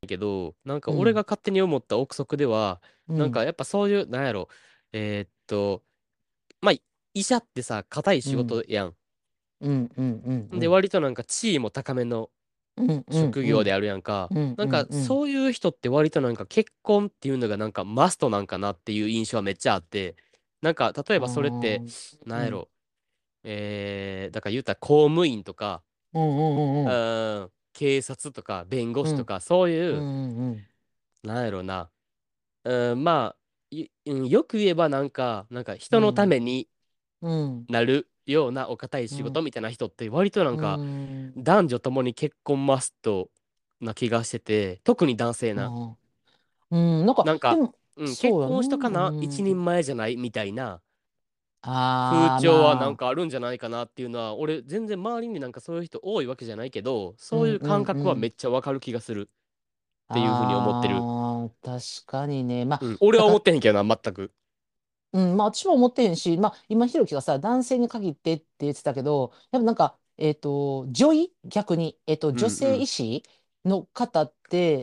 けど、なんか俺がうん、 勝手に思った憶測では、 うん、 なんかやっぱそういう、なんやろ、えーっと、まあ、医者ってさ、硬い仕うん、 事やん。 うん、うん、うん、うで、 ん、 割となんか地位も高めのうん、うん、うん、 職業であるやんか。 うん、 なんかうん、うん、 そういう人って割となんか結婚っていうのがなんかマストなんかなっていう印象はめっちゃあって、なんか例えあばそれって、 ーうん、 なんやろ、えー、だから言うたら公務員とか、 うん、うん、 ううん、 ーん、警察とか弁護うん、 士とか、そうういう、 ん、うん、 なんやろな、うん、まあ、いうんよく言えばなんか、なんか人のたうん、 めにうん、 なるようなお堅い仕事うん、 みたいな人って割となんうかん、 男女ともに結婚マストな気がしてて、特に男性な。 あーうん、なんか、 なんか、 でも、 うん、結そうやな、 婚しとかなうん、 一人前じゃないみたいな風ああ、 潮はなんまあ、 かあるんじゃないかなっていうのは、俺全然周りになんかそういう人多いわけじゃないけど、 うん、 そういううん、 感覚はめっうん、 ちゃわかる気がするっていうふうに思ってる。 ああ、確かにね、まあ、 うん、俺は思だから、 ってへんけどな、全く。 うん、まあ私も思ってへんし、まあ今ひろきがさ、男性に限ってって言ってたけど、やっぱなんか、えっと、女医逆に、えっと、 うんう女性医ん。 師の方って、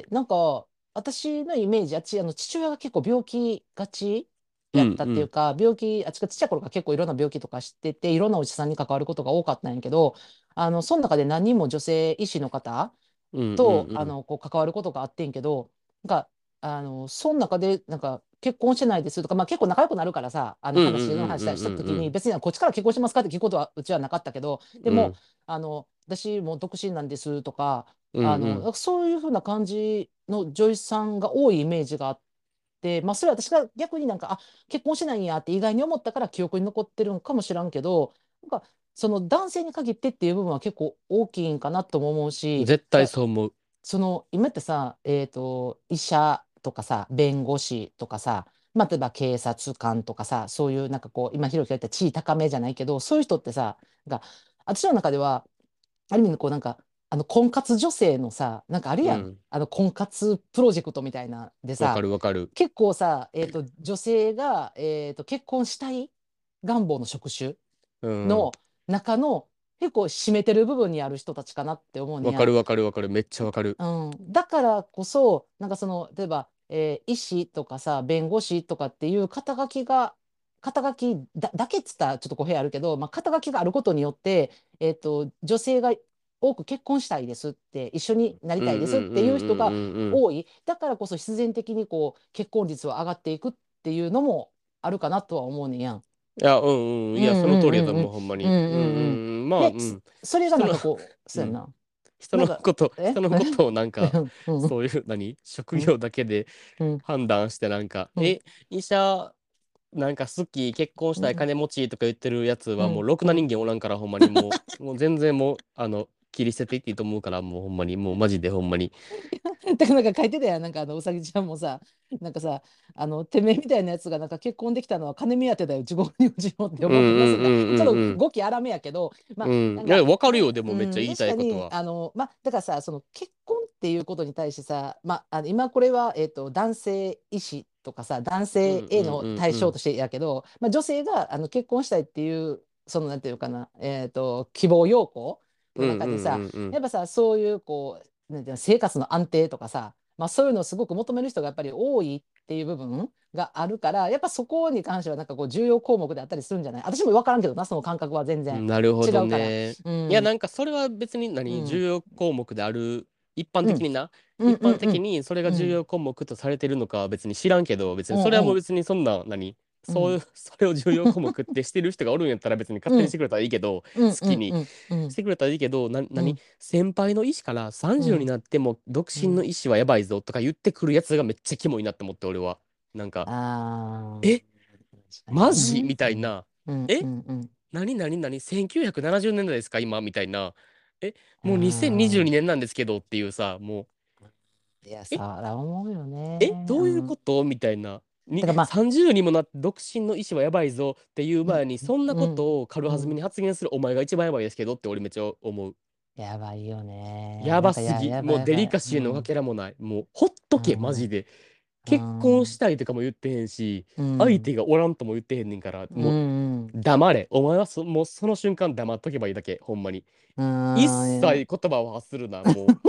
なんか、私のイメージ、あっち、あの、父親が結構病気がちやったっうんうん。 ていうか、病気、あっちがちっちゃい頃から結構いろんな病気とか知ってて、いろんなお医者さんに関わることが多かったんやけど、あの、その中で何人も女性医師の方うんうんと、 うん。 あの、こう関わることがあってんけど、なんか、あの、その中で、なんか、結婚してないですとか、まあ結構仲良くなるからさ、あのうんうん話のうんう話した時に、 んうん別にこっちから結婚しますかって聞くことはうちはなかったけど、でも、 うん。 あの、私もう独身なんですとか、 うんうん。 あの、そういうふうな感じの女医さんが多いイメージがあって、まあそれは私が逆になんか、あ、結婚しないんやって意外に思ったから記憶に残ってるんかもしらんけど、なんか、その男性に限ってっていう部分は結構大きいんかなとも思うし、 絶対じゃあそう思う。 その今ってさ、えっと、医者とかさ、弁護士とかさ、まあ、例えば警察官とかさ、そういうなんかこう、今、ひろきが言った地位高めじゃないけど、そういう人ってさ、が私の中では、ある意味こうなんか、あの婚活女性のさ、なんかあるやん。 うん。 あの婚活プロジェクトみたいなでわかさ、 るわかる。 結構さ、えっと、女性が、えっと、結婚したい願望の職種うん。 の中の結構占めてる部分にある人たちかなって思うねや。 わかるわかるわかる。めっちゃわかる。 うん、だからこそ、なんかその、例えば、えー医師とかさ、弁護士とかっていう肩書きが、肩書きだ、だけっつったらちょっと語弊あるけど、まあ、肩書きがあることによって、えっと、女性が多く結婚したいですって、一緒になりうんうたいですっていうんうんうん人がうんうん。 多い。だからこそ必然的にこう、結婚率は上がっていくっていうのもあるかなとは思うねんやん。 いや、うんうん。 うんいや、その通りだと思う、 うんうんうん。 ほんまに。 うんうんううんうん。 んうん。まあ、 で、そうん。 それが人の、 なんかこう、 うん。 そうやな。 人なんか、 のこと、 え人のことをなんか、 うんうんそういう、何職うん業だけでうん判断してなんか、 うんえ、医者、なんか好き、結婚したい、 うん金持ちとか言ってるやつはもううんうん。 ろくな人間おらんから、ほんまにもう、もう全然もう、あの、切り捨てていっていいと思うから、もうほんまに、もうマジでほんまに。 だからなんか書いてたやん。なんかあのうさぎちゃんもさ、なんかさ、あのてめえみたいなやつがなんか結婚できたのは金目当てだよ、地獄に落ちようってうん思ってます。だうんうんちょっうんと語気荒めやけど、まあうん。うん。いや、 なんかわかるよ、 ね、 でもめっちゃうん、 言いた確かに、 いことは。 あの、まあだからさ、その結婚っていうことに対してさ、まあ、あの今これは、えっと、男性医師とかさ、男うんう性へのんうんうん。 対象としてやけど、まあ、女性があの結婚したいっていう、そのなんていうかな、えっと、希望要項のうんう中でさ、 んうんうん。 やっぱさ、そういうこう、なんていうの生活の安定とかさ、まあ、そういうのをすごく求める人がやっぱり多いっていう部分があるから、やっぱそこに関してはなんかこう重要項目であったりするんじゃない？私も分からんけどな、その感覚は全然なるほど違うから。 ね。いや、 うん、 なんかそれは別に何、重うん、 要項目である、一般うん、 的にな、 うん、 一般うん、うん、 的にそれがうん、 重要項目とされてるのかは別に知らんけど、別にそれはもううん、 別にそんな、何、 うん、 そういう、それを重要項目ってしてる人がおるんやったら別に勝うん、 手にしてくれたらいいけど、 うん、うん、 好きにうん、うん、 してくれたらいいけど、な、何、 うん、 先輩の医師からうん、 さんじゅうになっても独身のうん、 医師はやばいぞとか言ってくるやつがめっちゃキモいなって思って、俺は。なんか、 ああ、 え、 確かにマジみね。うん、 たいな。 うん、うえ、 ん、うん。 何何何 せんきゅうひゃくななじゅう 年代ですか今みたいな。え、もう2022 ああ、 年なんですけどっていうさ、もう、 いや、そえ、 ら思うよえ、 ね。 どういううん。 ことみたいな。に、 だからまあ、 さんじゅうにもなって独身の意思はやばいぞっていううん、 前に、そんなうん、 ことを軽うん。 はずみに発言するお前が一番やばいですけどって俺めっちゃ思う。 やばいよね。 やなんかや、 ばすぎ。 やばいもうデリやばい。うカシーのかん。 けらもない。もうほっとけ、マうん。うジで。結婚しん。 たいとかも言ってへんし、 うん。 相手がおらんとも言ってへんねんから、 うもうん。 黙れ。お前はそ、もうその瞬間黙っとけばいいだけ、ほんまに。 う一ん。 切言葉を発するな、もう。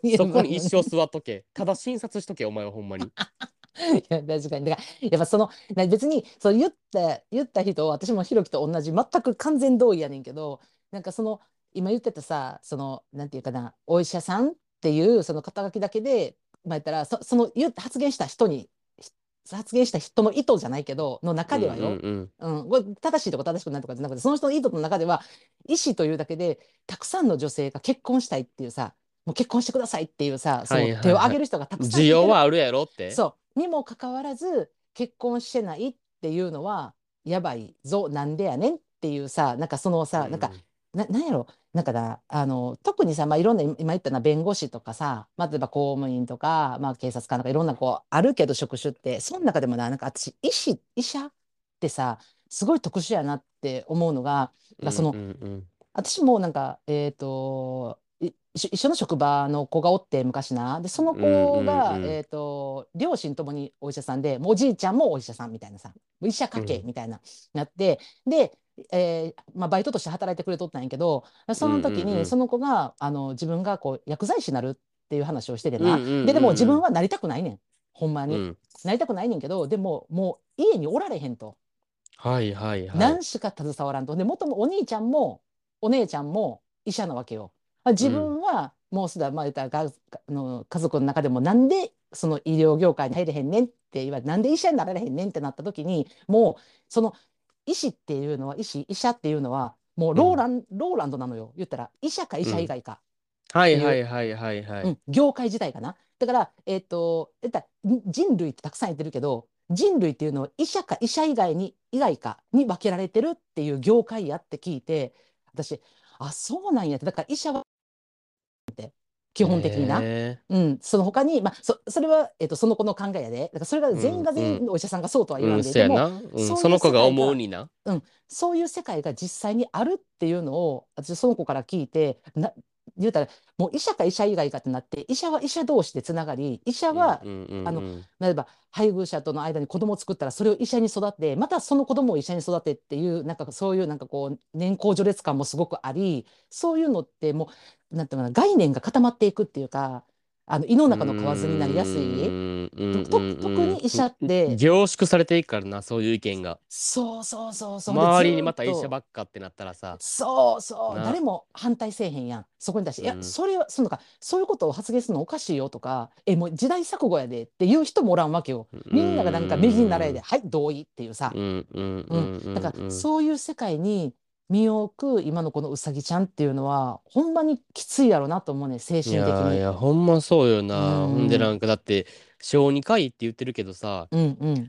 いや、 そこまあ、 に一生座っとけ。ただ診察しとけ、お前はほんまに。 いや、確かに。だから、やっぱその、な別に、そう言った、言った人、私もひろきと同じ、全く完全同意やねんけど、なんかその、今言ってたさ、その、なんていうかな、お医者さんっていう、その肩書きだけで、まあ、言ったら、そ、その言った発言した人に、ひ発言した人の意図じゃないけど、のうんうん中ではよ、 うん。 うん、これ正しいとか正しくないとかじゃなくて、その人の意図の中では、医師というだけで、たくさんの女性が結婚したいっていうさ、もう結婚してくださいっていうさ、そはの手をいはいはい。 挙げる人がたくさん需いてる要はあるやろって。 そうにもかかわらず結婚してないっていうのはやばいぞなんでやねんっていうさなんかそのさなんかうん。 ななんやろなんかだあの特にさ、まあ、いろんな今言ったな弁護士とかさ、まあ、例えば公務員とか、まあ、警察官とかいろんなこうあるけど職種ってその中でもななんか私医師医者ってさすごい特殊やなって思うのがうんうがそのんうん。 私もなんか、えっと、い一緒一緒の職場の子がおって昔な。で、そのうんう子が、 んうん。 えっと、両親ともにお医者さんで、もうおじいちゃんもお医者さんみたいなさ、もう医者家系うんみたいな、なって、で、えーまあ、バイトとして働いてくれとったんやけど、そうんうの時に、そんの子が、あの、自分がこう、薬剤師になるっていう話をしててな。 うんうんで、でも自うん分はなりたくないねん。ほんまに。 うんうん。 なりたくないねんけど、でも、もう家におられへんと。 はいはいはい。 何しか携わらんと。で、もともお兄ちゃんもお姉ちゃんも医者なわけよ。まあ自うん。 分はもうすでに、まあ、言ったらがあの家族の中でもなんでその医療業界に入れへんねんって言われなんで医者になられへんねんってなった時にもうその医師っていうのは医師医者っていうのはもううん。 ローランローランドなのよ言ったら医者か医うん。 者以外かはいっていうはいはいはいはい。 うん、業界自体かな。だから、えっと、えっと、人類ってたくさんいてるけど、人類っていうのは医者か医者以外に、以外かに分けられてるっていう業界やって聞いて、私、あ、そうなんやって、だから医者は基本的にな。 ええうん、その他に、まあ、そ、それは、えっと、その子の考えやで。だからそれがー。う全員が全んうん員のお医者さんがそうとは言うん。 わんで、でも、 そやな。うん。 そういうその子が世界が、 思うにな。 うん、そういう世界が実際にあるっていうのを、私、その子から聞いて、な、言うたら、もう医者か医者以外かってなって、医者は医者同士でつながり、医者は、 うんうんうんあの、 うん。 例えば配偶者との間に子供を作ったらそれを医者に育てまたその子供を医者に育てっていうなんかそういうなんかこう年功序列感もすごくありそういうのってもうなんていうのかな概念が固まっていくっていうかあの胃のう中の蛙になりやすいーん、うんとと特うんに医者っうん。 て凝縮されていくからな、そういう意見が。 そうそうそうそうでず周りにまーっとた医者ばっかってなったらさ、 そうそう、誰な、 も反対せえへんやん。そこに対して、いや、 うん、 それは、そのか、そういうことを発言するのおかしいよとか、え、もう時代錯誤やでっていう人もおらんわけよ。 うみんながなんか右にならえで、 ん、 はい、同意っていうさ。 うん、うん、ううん。 ん、うん、 だから、 うん。 そういう世界に身を置く今のこのうさぎちゃんっていうのは、ほんまにきついやろなと思うね、精い神的に。 やーいや、ほんまそうような。ほんでん、うん、 なんかだって、小児科医って言ってるけどさ、 うん、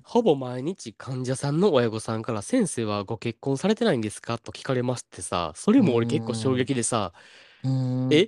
ほぼ毎日患者さんの親御さんから先生はご結婚されてないんですかと聞かれますってさ、それうも俺結構衝ん、 撃でさ、 うん、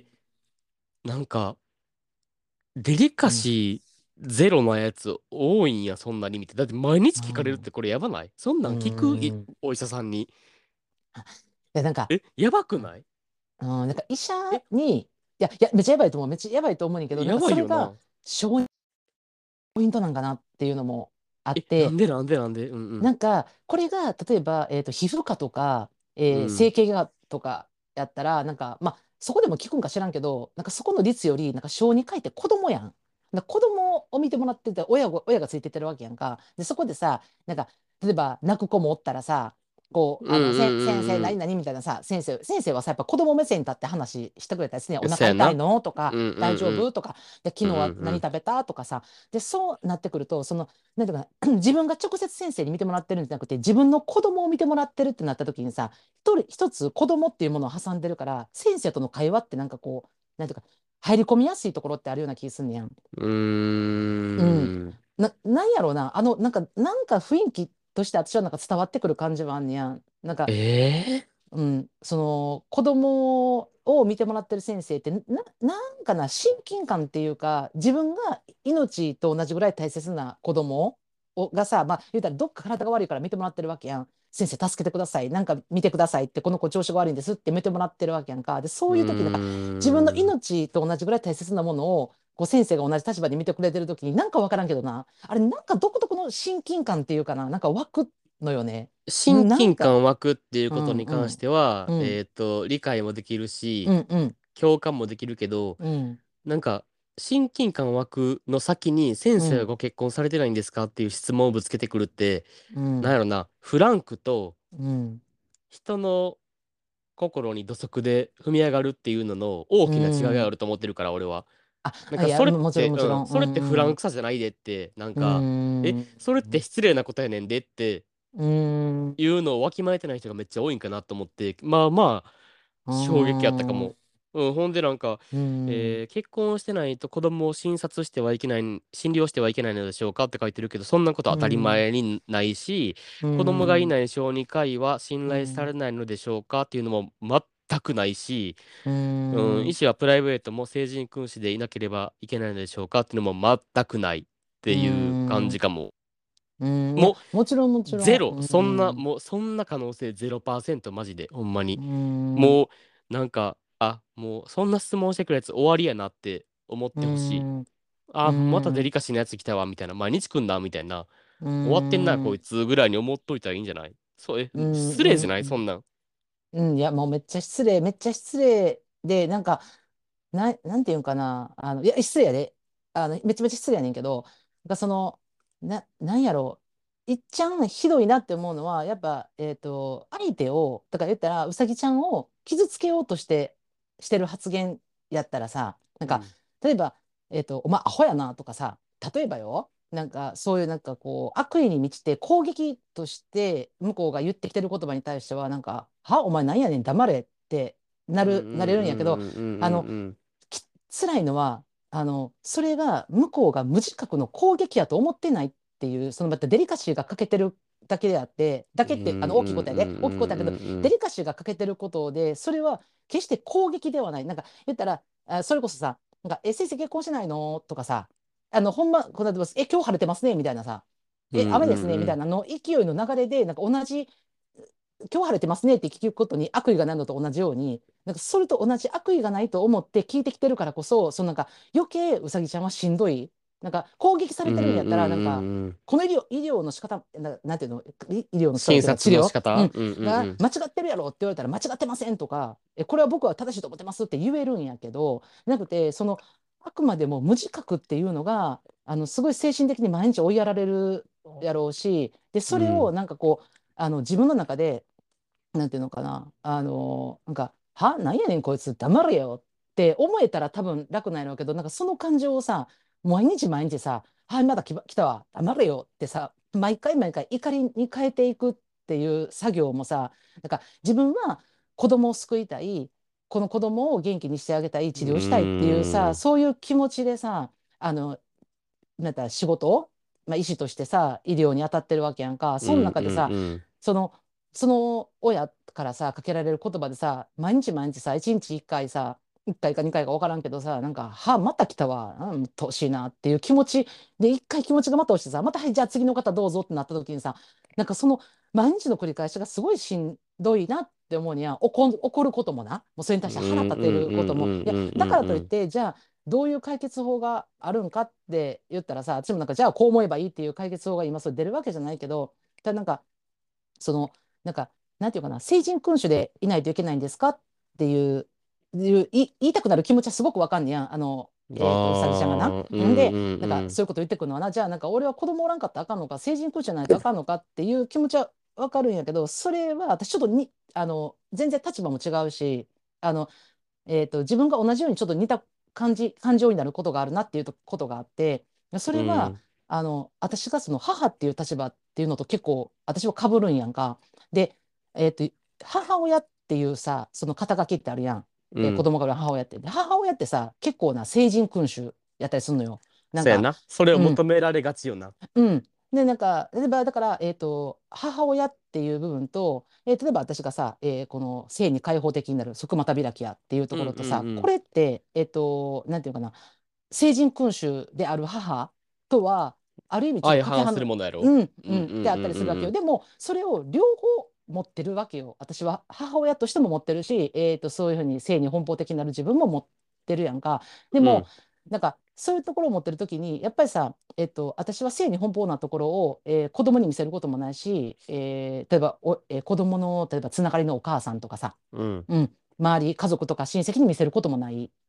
え、なんか、デリカうん、 シーゼロなやつ多いんや、そんなに見て。だって毎日聞かれるってこれやばない？そんなうん聞くいん。 お医者さんに。 で、なんか、 え、やばくない？ うん、なんか医者え、 に、いや、いや、めっちゃやばいと思う。めっちゃやばいと思うねんけど、なんやかそれがばいよな。 小ポイントなんかなっていうのもあっえ、なんて、 でなんでなんでうんうん。 なんか、これが、例えば、えっと、皮膚科とか、えー整うん。 形外とかやったら、なんか、まあ、そこでも聞くんか知らんけど、なんかそこの率より、なんか小児科医って子供やん。なんか子供を見てもらってて、親が、親がついてってるわけやんか。で、そこでさ、なんか、例えば泣く子もおったらさ、こう、 うんあの、せ、先生、 うんうん何々みたいなさ、先生、先生はさ、やっぱ子供目線に立って話してくれたりするね。おうん。そ腹痛いやな。 のとか、 うんう大丈ん夫とか、で、昨うん。 日はうんうん。 何食べたとかさ、で、そうなってくると、その、なんていうかな、自分が直接先生に見てもらってるんじゃなくて、自分の子供を見てもらってるってなった時にさ、一人一つ子供っていうものを挟んでるから、先生との会話ってなんかこう、なんていうか、入り込みやすいところってあるような気がすんねやん。 ううん。 ーん。 な、なんやろうな、あの、なんか、なんか雰囲気として私はなんか伝わってくる感じはあんねやん。なんか、 ええうん、その子供を見てもらってる先生ってな、なんかな親近感っていうか自分が命と同じぐらい大切な子供をがさまあ言うたらどっか体が悪いから見てもらってるわけやん先生助けてくださいなんか見てくださいってこの子調子が悪いんですって見てもらってるわけやんかでそうういう時なんか自分のーん。 命と同じぐらい大切なものをこう先生が同じ立場で見てくれてる時になんか分からんけどなあれなんか独特の親近感っていうかななんか湧くのよねな、 親近なんか感湧くっていううことに関しんうんては、 うんえっと、理解もできるし、 うんうん共感もできるけど、 うんなんか、 親近感湧くの先に、先うん、 生はご結婚されてないんですかっていう質問をぶつけてくるって、 うん、 なんやろな、フランクとうん、 人の心に土足で踏み上がるっていうのの大うきな違いがあん。 ると思ってるから、俺は。なんあ、いや、 かそれっもちろんて、うん、 もちろん。うそれってフランん、 クさじゃないでって、なんうか、え、 ん。 それって失礼なことやねんでってうん、うん、 いうのをわきまえてない人がめっちゃ多いんかなと思って、まあまあ、 う衝撃あったかん、 も。うん、ほんでなんか、 うん、 えー結婚してないと子供を診察してはいけない、診療してはいけないのでしょうかって書いてるけど、そんなこと当たりうん、 前にないし、 う子供がいなん、 い小児科医は信頼されないのでしょうかっていうのも全くないし、 ううん、医ん、 師はプライベートも成人君子でいなければいけないのでしょうかっていうのも全くないってういう感じん、 かも。 うん、いや、 ももちろんもちう、ゼロ。 ろん。 そんな、 うん、 もう、そんな可能性ゼロパーセントマジで、ほんまに。 うん、 もう、なんか、あ、もう、そんな質問してくるやつ終わりやなって思っうてほしい。 ん、うあ、またデん、 リカシーなやつ来たわ、みたいな。毎日来んな、みたいな。 う終わってんな、こいん、 つぐらいに思っといたらいいんじゃない？そう、え、 うん、 失礼じゃないそうん、 んなん。 うん、いや、もうめっちゃ失礼、めっちゃ失礼で、なんか、な、なんていうんかな、あの、いや、失礼やで、あの、めちゃめちゃ失礼やねんけど、なんかその、な、なんやろう、いっちゃんひどいなって思うのは、やっぱ、えっと、相手を、だから言ったら、うさぎちゃんを傷つけようとして、してる発言やったらさ、なんか、 うん。 例えば、えっと、お前、アホやなとかさ、例えばよ、なんか、そういうなんかこう、悪意に満ちて攻撃として向こうが言ってきてる言葉に対しては、なんか、は、お前なんやねん、黙れってなうんうる、なれるんやけど、 んうんうんあの、 うんうんき辛いのは、あの、それが向こうが無自覚の攻撃やと思ってないっていう、そのまたデリカシーが欠けてるだけであって、だうん。うんけってあの大きいうんうことやで、大きいことやけど、 んうんうんデリカシーが欠けてることで、それは決して攻撃ではない。なんか言ったら、あそれこそさ、なんか、え、先生結婚してないのとかさ、あの、ほんま、この間、え、今日晴れてますねみたいなさ、え、 うんう雨ですねみたいんなの勢いの流れで、なんか同じ、今日晴れてますねって聞くことに悪意がないのと同じように、なんかそれと同じ悪意がないと思って聞いてきてるからこそ、そのなんか余計うさぎちゃんはしんどい。なんか攻撃さうんうんれてるんやったら、なんか、 うんうん。 この医療、医療の仕方、な、なんていうの、医医療の仕方っていうか診察の仕治療、うん、 方。うんうんうん。 が間違ってるやろって言われたら間違ってませんとか、え、これは僕は正しいと思ってますって言えるんやけど、なくて、その、あくまでも無自覚っていうのが、あの、すごい精神的に毎日追いやられるやろうし、で、それをうん。 なんかこう、あの、自分の中で、なんていうのかな、あの、なんか、は、なんやねんこいつ黙れよって思えたら多分楽なんやろうけど、なんかその感情をさ、毎日毎日さ、はい、まだ来ば来たわ、黙れよってさ、毎回毎回怒りに変えていくっていう作業もさ、なんか自分は子供を救いたい、この子供を元気にしてあげたい、 う治療したいっていうさ、 ーん。 そういう気持ちでさ、あの、なんか仕事、まあ、医師としてさ、医療に当たってるわけやんか。そのうんう中でさ、 んうん。 その、その親からさ、かけられる言葉でさ、毎日毎日さ、いちにちいっかいさ、いっかいかにかいか分からんけどさ、なんか、は、また来たわ、うん、うっとうしいなっていう気持ちで、いっかい気持ちがまた落ちてさ、また、はい、じゃあ次の方どうぞってなった時にさ、なんかその、毎日の繰り返しがすごいしんどいなって思うには、怒怒ることもな、もうそれに対して腹うん立てうんうることも、いや、 んうんうんだからといっうんて、じゃあ、どういう解決法があるんかって言ったらさ、私もなんかじゃあこう思えばいいっていう解決法が今それ出るわけじゃないけど、ただなんかそのなんかなんていうかな、成人君主でいないといけないんですかっていういうい言いたくなる気持ちはすごくわかんねやん。あのうん。 えー、とうさぎちゃんがな。 ああ、うんんでうんなんかうん。 そういうこと言ってくるのはな、じゃあなんか俺は子供おらんかったらあかんのか、成人君主じゃないとあかんのかっていう気持ちはわかるんやけど、それは私ちょっとにあの全然立場も違うし、あのえーと、自分が同じようにちょっと似た感じ、感情になることがあるなっていうことがあって、それは、 うん。 あの、私がその母っていう立場っていうのと結構私は被るんやんか。で、えーと、母親っていうさ、その肩書きってあるやん。えー子うん。 供がいる母親って。で母親ってさ、結構な成人君主やったりするのよ。なんか、 そうやな。それをうん、 求められがちよな。 うん。で、なんか、例えば、だから、えっと、母親っていう部分と、えー例えば私がさ、えーこの性に開放的になる側股開きやっていうとうんうころとさ、こんうん。 れって、えっと、なんていうかな、成人君主である母とは、ある意味ちょっと相反するかけ離れ、 ものやろ？ うん、 うんうんうん、ってあったりするわけよ。 うんでも、それを両方持ってるわけよ。私は母親としても持ってるし、えっと、そういうふうに性に奔放的になる自分も持ってるやんか。でも、 うん。 なんか、そういうところを持ってるときに、やっぱりさ、えっと、私は性に奔放なところを、えー子供に見せることもないし、えー例えばお、えー子供の例えばつながりのお母さんとかさ、 うん。 うん、周り家族とか親戚に見せることもない。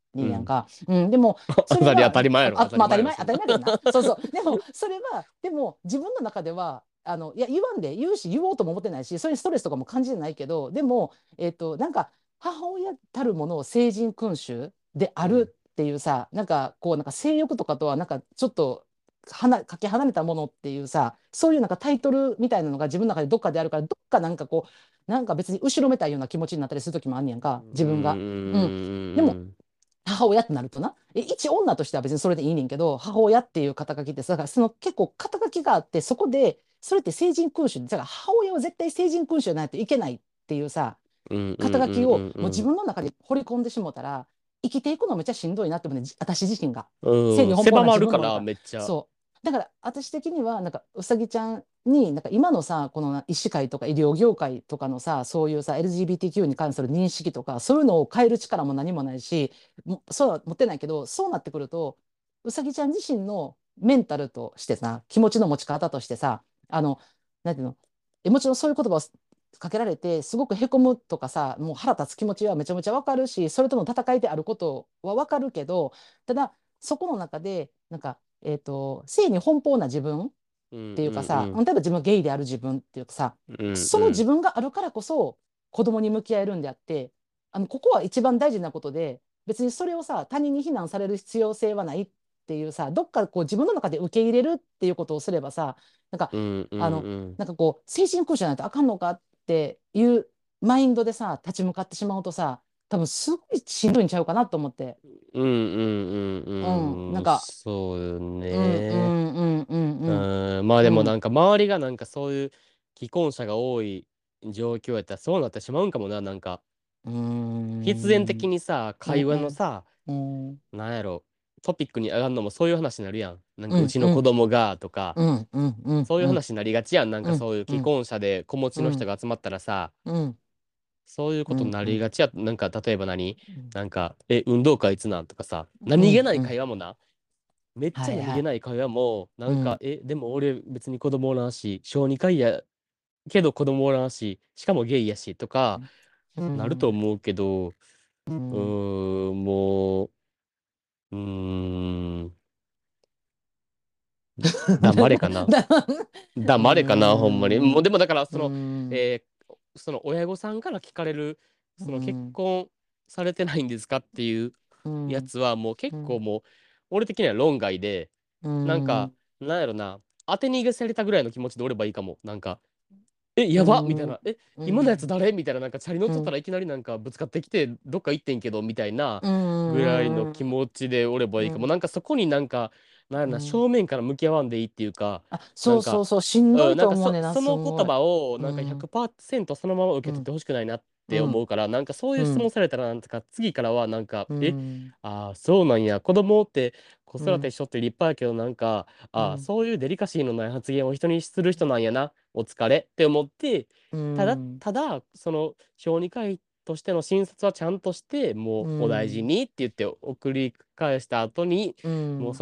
にうん。 んやんか。うん、でも、 当たり当それは、 たり前やろ、当あ、あ、 たりまあ当たり前、 前やろそんな。 当たり前やけどな。そうそう。でも、それは、でも、自分の中では、あの、いや、言わんで、言うし、言おうとも思ってないし、そういうストレスとかも感じてないけど、でも、えっと、なんか、母親たるものを聖人君主であうん。 るっていうさ、なんか、こう、なんか性欲とかとは、なんか、ちょっと、はな、かけ離れたものっていうさ、そういうなんかタイトルみたいなのが自分の中でどっかであるから、どっかなんかこう、なんか別に後ろめたいような気持ちになったりする時もあんねやんか、 うんう自分が。うん。でも、 ん母親ってなるとな、え一女としては別にそれでいいねんけど、母親っていう肩書きってさ、だからその結構肩書きがあって、そこで、それって聖人君主、だから母親は絶対聖人君主じゃないといけないっていうさ、 うんうん肩書きをうんもう自うん分の中で掘り込んでしもたら、生きていくのめっちゃしんどいなって思うね、じ私自身が。性うん。うん。狭に奔放なまるから、 自分もおるから。 めっちゃ。 そう。だから私的には、なんかうさぎちゃんに、なんか今のさ、この医師会とか医療業界とかのさ、そういうさ、エルジービーティーキュー に関する認識とか、そういうのを変える力も何もないし、もそうは持ってないけど、そうなってくると、うさぎちゃん自身のメンタルとしてさ、気持ちの持ち方としてさ、あの、なんていうの、えもちろんそういう言葉をかけられて、すごくへこむとかさ、もう腹立つ気持ちはめちゃめちゃわかるし、それとの戦いであることはわかるけど、ただ、そこの中で、なんか、えっと、性に奔放な自分っうんていうかさ、例うんえば自分がゲイである自分っていうかさ、 うんうんその自うん分があるからこそ子供に向き合えるんであって、あの、ここは一番大事なことで、別にそれをさ、他人に非難される必要性はないっていうさ、どっかこう自分の中で受け入れるっていうことをすればさ、なんか、 うんうんあの、 うんなんかこう、精神空じゃないとあかんのかっていうマインドでさ、立ち向かってしまうとさ、多分すごいしんどいんちゃうかなと思って。 うんうんううん、 んうん。 なんか、 そうようんうね。 んうんうんうんうん。まあでうんもなんか周りがなんかそういう既婚者が多い状況やったらそうなってしまうんかもな。なんかうー必然的んにさ、会話のうんさ、 うんなんやろ、トピックに上がるのもそういう話になるやん。なんかうちの子うんうん供がとか、 うんうんうんそういううん話になりがちやん。なんうんかそういう既うん婚者で子持ちの人うんが集まったらさ、 うんそういうことになうんりがちや。なんか例えば何うんなんか、え、運動会いつなんとかさ、 う何気ないんうん会話もな、めっちゃはいはい何気ない会話も、なんか、 うんえ、でも俺別に子供おらんし、小児科医やけど子供おらんし、しかもゲイやしとか、 うなるとん思うけど、ううんーん、もう、うーん、黙れかな。 だう黙れかな、ほんまに。もう、 んでもだから、そうの、 んえーその親御さんから聞かれる、 うその結ん婚されてないんですかっていううんやつは、もう結うん構もう、俺的には論外で、 うなんか、 んなんやろな、当て逃げされたぐらいの気持ちでおればいいかも。なんか、え、 うやばみたいんな。え、今のやつうん誰みたいな、なんか、チャリ乗っうんとったらいきなりなんかぶつかってきて、どっか行ってんけど、みたいなうぐらいのん気持ちでおればいいかも。 うんなんかそこになんか、なんやろな、 うん正面から向き合わんでいいっていうか、 あ、そうそなんか、 うそう、しんどうん、 いなんかそ、 と思うねんな、 その言すんごい。 葉をなんかうん、 ひゃくパーセントそのまま受け取ってうん、 ほしくないなって思うん、 うから、なんかそういう質問うん、 されたらなんとか次からはなんか、 うえ、 ん、 ああ、そうなんや、子供って子うん、 育てしとって立派やけどなんか、ああ、 うん、 そういうデリカシーのない発言を人にする人なんやな、お疲れって思って、 うただ、 ん、 ただ、その小児科医としての診察はちゃんとして、もううお大事ん、 にって言って送り返した後に、 うん、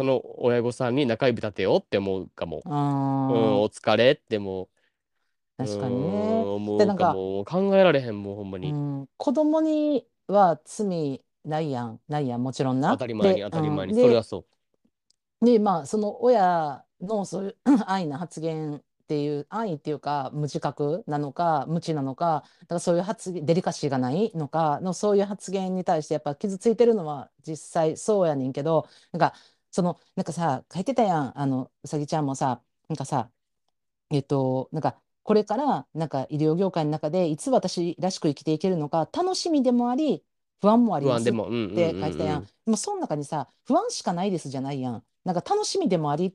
もうその親御さんに中指立てようって思うかも。うん、 ああ、 お疲れってもう、うー確かにね。 ん、 で、 思うなんか、 かも。考えられへん、もうほんまに。 うん、子供には罪ないやん、ないやん、もちろんな。 当たり前に、 で、う当たり前に。 ん、で、 それはそで、まあ、その親のそういう安易な発言っていう、安易っていうか、無自覚なのか、無知なのか、だからそういう発言、デリカシーがないのかの、そういう発言に対して、やっぱ傷ついてるのは実際そうやねんけど、なんか、その、なんかさ、書いてたやん、あの、うさぎちゃんもさ、なんかさ、えっと、なんか、これから、なんか医療業界の中で、いつ私らしく生きていけるのか、楽しみでもあり、不安もあう。 りますっ不安でも、うんうんて書いてたやん。 うんでも、その中にさ、不安しかないですじゃないやん。なんか、楽しみでもありって、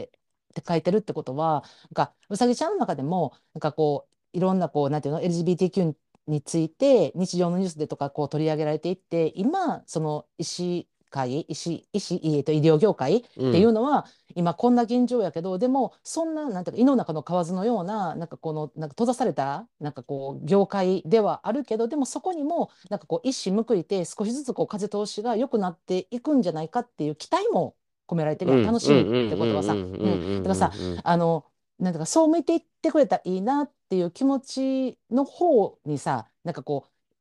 って書いてるってことは、なんか、うさぎちゃんの中でも、なんかこう、いろんな、こう、なんていうの、エルジービーティーキュー にについて、日常のニュースでとか、こう、取り上げられていって、今、その、医師会、医師、医師、えっと、医療業界っていううん。 のは、今こんな現状やけど、でもそんな、なんていうか、井の中の蛙のような、なんかこの、なんか閉ざされた、なんかこう、業界ではあるけど、でもそこにも、なんかこう、一矢報いて、少しずつこう、風通しが良くなっていくんじゃないかっていう期待も込められてるやん。 うん楽しみっうんうんてことはさ。 うんううん。だんうんからさ、 うんうんあの、なんていうか、そう向いていってくれたらいいなっていう気持ちの方にさ、なんかこう、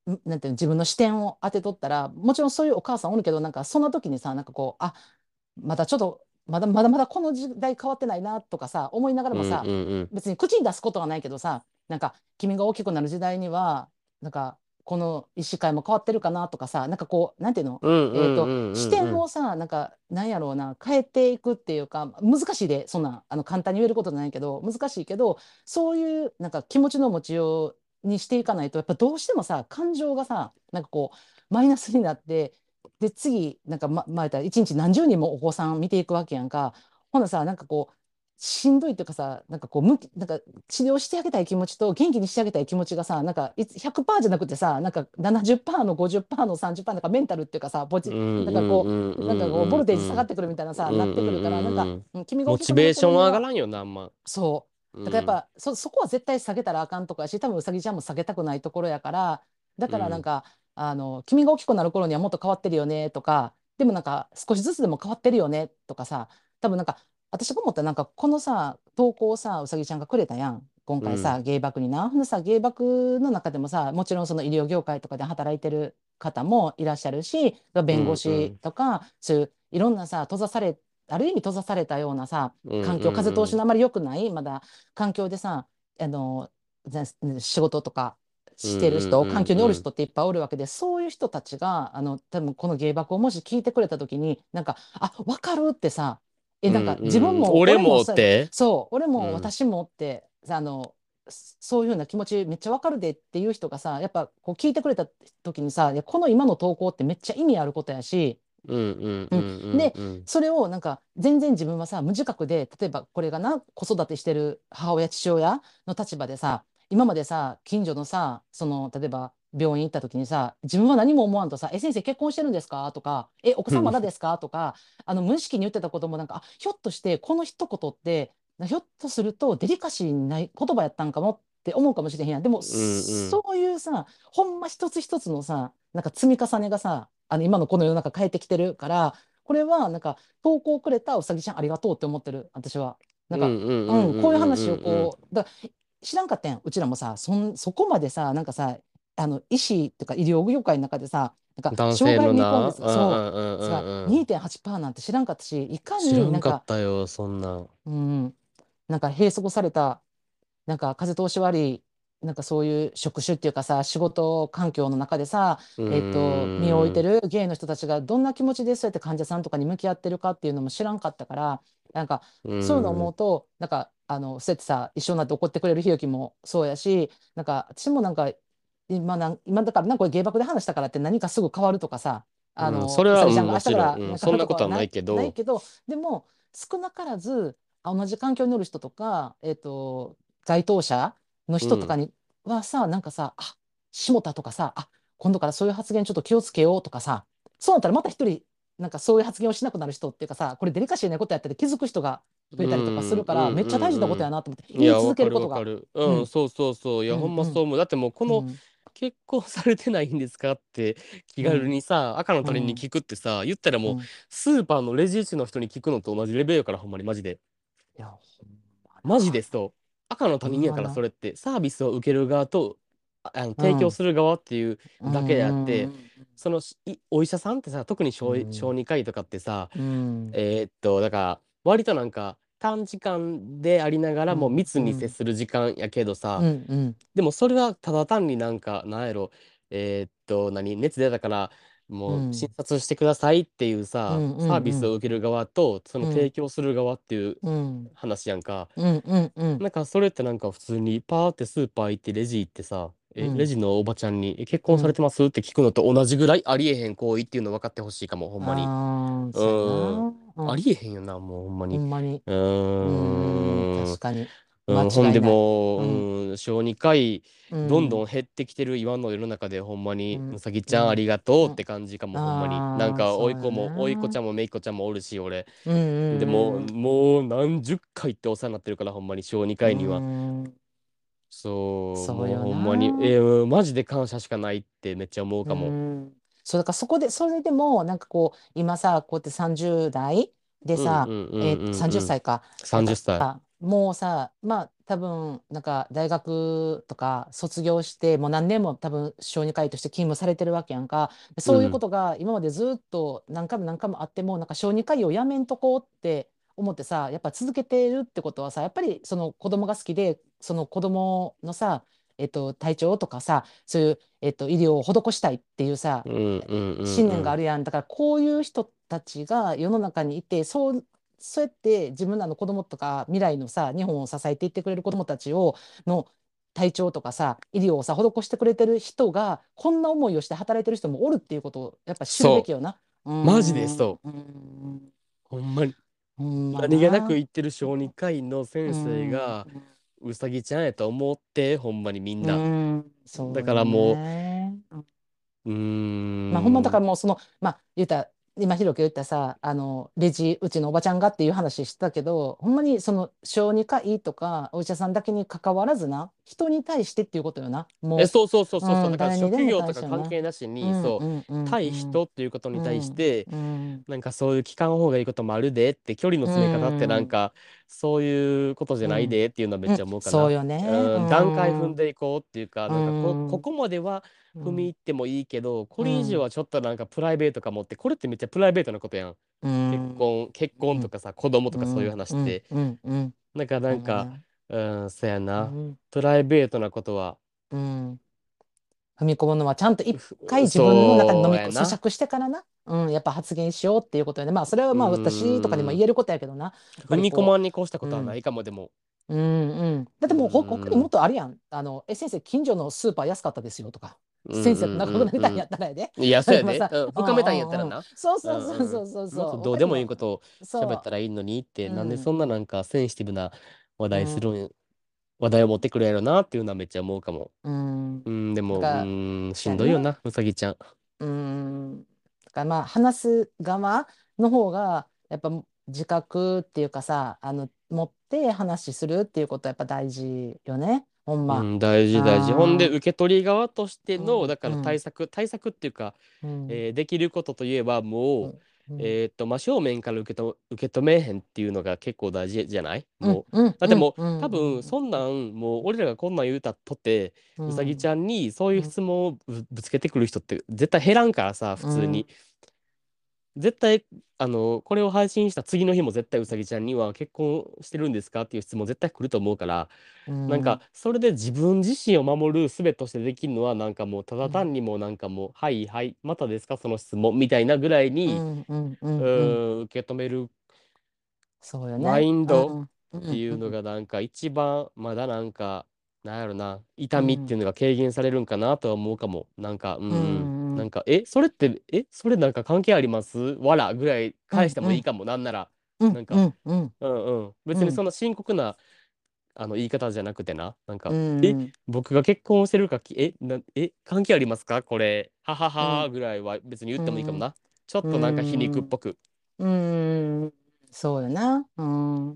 んなんていうの、自分の視点を当てとったら、もちろんそういうお母さんおるけど、なんかそんな時にさ、なんかこう、あ、まだちょっと、まだまだまだこの時代変わってないなとかさ、思いながらうんもさ、 うん別に口に出すことはないけどさ、なんか君が大きくなる時代には、なんかこの医師会も変わってるかなとかさ、なんかこう、なんていうの、 うんうえっと、 んうん視うんうん点をさ、なんか、なんやろうな、変えていくっていうか、難しいで、そんな、あの、簡単に言えることじゃないけど、難しいけど、そういう、なんか気持ちの持ちようにしていかないと、やっぱどうしてもさ、感情がさ、なんかこう、マイナスになって、で、次、なんか、ま、まあ、一日何十人もお子さん見ていくわけやんか。ほなさ、なんかこう、しんどいっていうかさ、なんかこう、むき、なんか治療してあげたい気持ちと元気にしてあげたい気持ちがさ、なんかいつひゃくパーセントじゃなくてさ、なんかななじゅっパーセントのごじゅっパーセントのさんじゅっパーセントなんかメンタルっていうかさ、ポチ、 うんうんなんかこうんう、なんかこう、ボうんルテージ下がっうんてくるみたいなさ、 うんなってくうんうるから、なんか、 んうん。 うん君が大モチきくなるベーションは上が頃には、 らんよな、あんま。 そう。だからやっうん。 ぱそ、そこは絶対下げたらあかんとかやし、多分うさぎちゃんも下げたくないところやから、だうん。 からなんか、あの、君が大きくなる頃にはもっと変わってるよねとか、でもなんか少しずつでも変わってるよねとかさ、多分なんか、私が思ったらなんかこのさ、投稿をさ、うさぎちゃんがくれたやん。今うん。 回さ、芸爆にな。ほんでさ、芸爆の中でもさ、もちろんその医療業界とかで働いてる方もいらっしゃるし、 う弁護んうん。 士とか、そういういろんなさ、閉ざされ、ある意味閉ざされたようなさ、 うんう環境、風通しんのあまり良くない、まだ環境でさ、あの、ぜ仕事とかうん。うしてる人、環んうん境におるうん人っていっぱいおるわけで、そういう人たちが、あの、多分この芸爆をもし聞いてくれた時に、なんか、あ、わかるってさ、え、 うん。 なんかうんうん。 自分も、 俺俺もそうや、 もって。 そう、俺もうん。 私もって、あの、そういうような気持ちめっちゃわかるでっていう人がさ、やっぱこう聞いてくれた時にさ、いや、この今の投稿ってめっちゃ意味あることやし、 うんうんうん、 うんうんで、 うん。 それをなんか全然自分はさ、無自覚で、例えばこれがな、子育てしてる母親、父親の立場でさ、今までさ、近所のさ、その、例えば病院行った時にさ、自分は何も思わんとさ、え、先生結婚してるんですかとか、え、お子さんまだですかとか、あの、無意識に言ってたこともなんか、あ、ひょっとしてこの一言って、ひょっとするとデリカシーない言葉やったんかもって思うかもしれへんやん。でも、 うんうん。 そういうさ、ほんま一つ一つのさ、なんか積み重ねがさ、あの今のこの世の中変えてきてるから、これはなんか投稿をくれたうさぎちゃんありがとうって思ってる私は。なんか、 うんうんうんうん、こういう話をうんうんこうだ知らんかったんうちらもさそんそこまでさなんかさあの医師とか医療業界の中でさなんかうん。男性障害のな。 見込んですうんうそうんうんうさんうん。 にてんはちパーセントなんて知らんかったしいか知らんかっになんか、 たよ、そんな。 うん、なんか閉塞されたなんか風通し悪い、なんかそういう職種っていうかさ、仕事環境の中でさ、 うえっと、身を置いーん。 てるゲイの人たちがどんな気持ちでそうやって患者さんとかに向き合ってるかっていうのも知らんかったから、なんかうそういうのをーん。 思うと、なんか、あの、そうやってさ、一緒になって怒ってくれるひろきもそうやし、なんか私もなんか、今なん、今だからなんかこれ芸爆で話したからって何かすぐ変わるとかさ、あうん、その、 れは、うん、 うさぎちゃんが明もちろん、 日からうん、 なんか変わるとそんなことはなかはない、 いけど、 ないけど、でも少なからず、あ同じ環境におる人とか、えっと、該当者のうん、 人とかにはさ、なんかさ、あ、下田とかさ、あ、今度からそういう発言ちょっと気をつけようとかさ、そうなったらまた一人、なんかそういう発言をしなくなる人っていうかさ、これデリカシーなことやってて気づく人が増うえたりとかすん、 るから、 うん、 めっちゃ大事なことうん、 やなと思って、 うん。いや、 言い続わかるけることが。 わかる。うん、 うん、 そうそうそう。いや、ほうん、うん、 んまそう思う。だってもう、この、 うん、 結婚されてないんですかって気軽うん、 にさ、赤のうん、 他人に聞くってさ、言ったらもう、 うん。 スーパーのレジ打ちの人に聞くのと同じレベルやから、ほんまに、マジで。 いや、ほんまマジでな。 そう。赤の他ほ人やから、そんまな。 れって、サービスを受ける側と、ああのうん、 提供する側っていううだけであって、 ん、 そのしいお医者さんってさ、特に小、 うん、 小児科医とかってさ、 うん、 えーっと、だから、割となんか、短時間でありながらもうん、 密に接うん、 する時間やけどさ、 うん、うん、 でもそれはただ単になんか、なんやろ、えーっと、何、熱出たから、もう診うん、 察してくださいっていうさ、 うん、うん、 サービうん、 スを受ける側と、そのうん、 提供する側っていううん、 話やんか。 うん、うん、うん、 なんかそれってなんか普通にパーってスーパー行ってレジ行ってさ、え、レうん、 ジのおばちゃんに、え結婚されうん。 てますって聞くのと同じぐらいありえへん行為っていうの分かってほしいかも、ほんまに。 ああ、 うそうやーん。 な。うん、 ありえへんよな、もうほんまに。 ほんまに。 ううーん、 ーん。 確かに。間うん、ほんで違いない。 もうん、 う、うん、小児科医、 うどんどんん、 減ってきてる今の世の中で、ほんまに、ううん、 さぎちゃんありうん、 がとうってうん。 感じかも、ほんまに。なんああ、 か、おいそうよこも、おいこちな。 ゃんもめいこちゃんもおるし、俺。 うん、 でも、 うん、 もう何十回ってお世話になってるから、ほんまに、小児科う医には。 ん。うん、 そう、もうそうよほんまに、 な。 えー、マジで感謝しかないってめっちゃ思ううかも。 ん。そう、だからそこで、それでも、なんかこう、今さ、こうやってさんじゅう代でうんさ、 うんうんえー、30 うんうん。 歳か。なん 30 か、 歳。 もうさ、まあ多分なんか大学とか卒業してもう何年も多分小児科医として勤務されてるわけやんか。でそういうこうん。 とが今までずっと何回も何回もあってもなんか小児科医をやめんとこうって思ってさ、やっぱ続けてるってことはさ、やっぱりその子供が好きでその子供のさ、えっと、体調とかさ、そういう、えっと、医療を施したいっていうさ、 うんうんうん信うん。 念があるやん。だからこういう人たちが世の中にいて、そうそうやって自分らの子供とか未来のさ、日本を支えていってくれる子供たちをの体調とかさ、医療をさ施してくれてる人がこんな思いをして働いてる人もおるっていうことをやっぱ知るべきそよな。うーう。マジん、うでそう。 ーん、 ほんまに。 ほんま何気なくな。 言ってる小児科医のう先生ん、 がうさぎちゃんやと思って、ほんまにみんうな。 ん、そうよだからもね。 う、うまあ、ほんまだーん。 からもうその、まあ、言った今ひろきが言ったさ、あのレジうちのおばちゃんがっていう話してたけど、ほんまにその小児科医とかお医者さんだけに関わらずな、人に対してっていうことよな、 え、 もそうそうそうう、 そうそう。 うん、 だから誰にでも職業とか対してよな。 関係なしに、 うんうそう、 んうん対うん人っていうことうに対しんて、 うんなんかそういう聞かん方がいいこともあるでって、距離のう詰め方ってなんんか、そういうことじゃないうんでっていうのはめっうん、 ちゃ思うかな。 そうよね。ううん、段階踏んんでいこうっていうか、 うなんかこ、 んうここまでは踏み入んってもいいけど、これ以上うんはちょっとなんかプライベートかもって、これってめっちゃプライベートなことやん。 う結ん婚、結うん婚とかさ、子供とうかそういうんうん話って。 うんうんなんかなんか、 ほんまな。 うん、そやな。 うんプライベートなことは、 うん、踏み込むのはちゃんと一回ふ自分の中で飲みそうやな。 咀嚼してからな、うん、やっぱ発言しようっていうことよね。まあそれはうまあ私とかにもーん。 言えることやけどな、やっぱ踏み込りこまんに越したこう、うん、 とはないかも、でも。 うんうんだっうてもうほ他にもっーん。 とあるやん。あのえ先生近所のスーパー安かったですよとか、 うん先生と仲良くなりたいんやうんうんったらやで。 うん。いや、そうやで。 例えばさ、 うん。 うん深めたいんやっうんうん、 たらな。 そうそううんそううん。 そうそうもっとそう、 どうでもいい他にも、 ことを喋っそたらいいのにって、 う、うなんでそんなんなんかセンシティブな話題するうんん、話題を持ってくるやろなっていうのはめっちゃ思うかも。 うん、 うん、でも、うだからーん、しそうやんな。 んどいよな、うさぎちゃん。 うーん。だからまあ話す側の方がやっぱ自覚っていうかさ、あの持って話するっていうことはやっぱ大事よね。ほんま。 うん、大事大事。ほんで、 あ受け取り側としてうの、 んだから対うん策、対策っていうか、 うんえーできることといえば、もう、 うんうんえーっと、真正面から受けと、受け止めへんっていうのが結構大事じゃないうんもう。 うんうんだってもう、 うんう多分、そんなん、もう、俺らがこんなん言うたとて、うさぎちんゃんにそういううん質問をぶ、ぶつけてくる人って絶対減らんからさ、普うん通に。絶対、あの、これを配信した次の日も絶対うさぎちゃんには結婚してるんですかっていう質問絶対来ると思うから、なんか、 うんそれで自分自身を守る術としてできるのは、なんかもう、ただうん単にもう、なんかもう、はい、はい、またですか、その質問みたいなぐらいうに、 んうんううんうんーん、受け止めるマそうよね。 インドっうんうていうのんうんが、なんか、一番、まだなんか、なんやろな、痛みってうんいうのが軽減されるんかなとは思うかも。なんか、うんううん。 んうんなんか、え、それって、え、それなんか関係ありますわらぐらい返してうんうんもいいかも、なんなら。 うんうなんか、 んうんうんうん。 うん別にそんな深刻な、あの言い方じゃなくてな、なんうか、え、 ん僕が結婚してるかき、え、な、え、関係ありますかこれ、ははうんはぐらいは別に言っうてもいいかもんな。ちょっうとなんか皮肉っんぽく。 うん、そうよな。うん。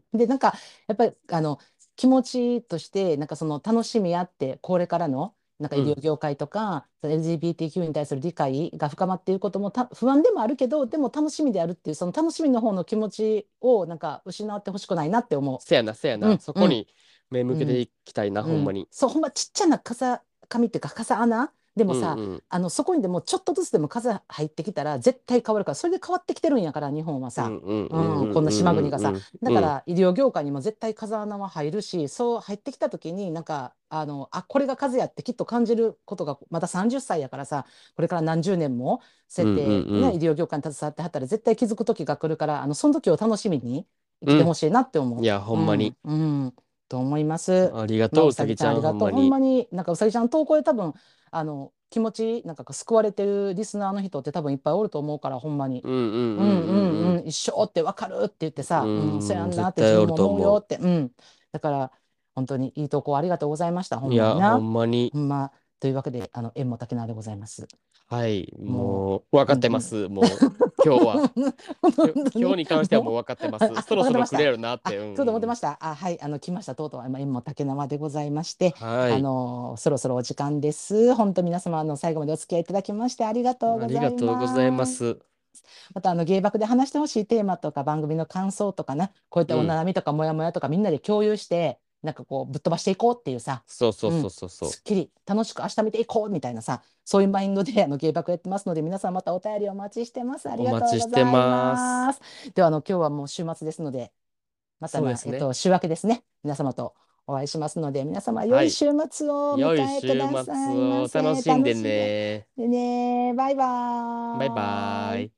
で、なんか、やっぱり、あの、気持ちとして、なんかその楽しみあって、これからの、なんか医療うん、 業界とか、その エルジービーティーキュー に対する理解が深まっていることもた不安でもあるけど、でも楽しみであるっていう、その楽しみの方の気持ちを、なんか失ってほしくないなって思せやな、せやう。うな。 ん、うん、 そこに目向けてうん。 いきたいな、 うん、 ほんまに。 そう、ほんまちっちゃな傘紙っていうか傘穴でもさ、 うんうん。 あのそこにでもちょっとずつでも風入ってきたら絶対変わるから、それで変わってきてるんやから日本はさ、 うんうんううん、 んうんこんな島国がさ、 うんうんだかうん。 ら医療業界にも絶対風穴は入るし、そう入ってきた時になんかあのあこれが風やってきっと感じることがまださんじゅっさいやからさ、これから何十年もそうやっうんうんて、ね、医うん。 療業界に携わってはったら絶対気づく時が来るから、あのその時を楽しみに生きうん。 てほしいなって思いや、ほう。うんまに。 ん、うん、と思います。まあ、 ありがとう、 うさぎうさぎちゃん、 ちゃんありがとう。ほんほんまに。 まになんかうさぎちゃん投稿で多分あの気持ちなんか救われてるリスナーの人って多分いっぱいおると思うから、ほんまに。 うんうんうんううんうんんうん、一緒ってわかるって言ってうさ、うん、そうん。うーん、 やんなって自絶対おる分も思うよと思って、うん。だから本当にいい投稿ありがとうございました。ほう。いや、ほんまにな。 んまに。 ほんま。というわけで、あの、縁も竹縄でございます。 はい、 ももう、分う、 かっうんうん。 てます、もう、今日は。きょ、 本当に、 今日に関してはもうもう、 分かってまあ、 す。 あそろそろ来る分かってました。あ、 やろなって。うんちょうど思っうん。 てました。あ、はい、あの、来ました。とうとう、今、縁も竹縄でございまして、あはい。 の、そろそろお時間です。本当皆様、あの、最後までお付き合いいただきまして、ありがとうありございがとうございまます。 す。 またあの芸爆で話してほしいテーマとか番組の感想とかな、こういったおうん。 悩みとかモヤモヤとかみんなで共有して、なんかこうぶっ飛ばしていこうっていうさ、 そうそううん、 そうそうそう。 すっきり楽しく明日見ていこうみたいなさ、そういうマインドであの芸爆やってますので、皆さんまたお便りお待ちしてます。ありおがとう待ちしてございます。 ます。ではあの今日はもう週末ですので、またな、 そうですね。 えっと、週明けですね。皆様とお会いしますので、皆様良はい。 い週末をお迎えく良い週ださい末を楽ませ。 しんで楽しんで。 ね。 でね、バイババイバーイ。 ーイ。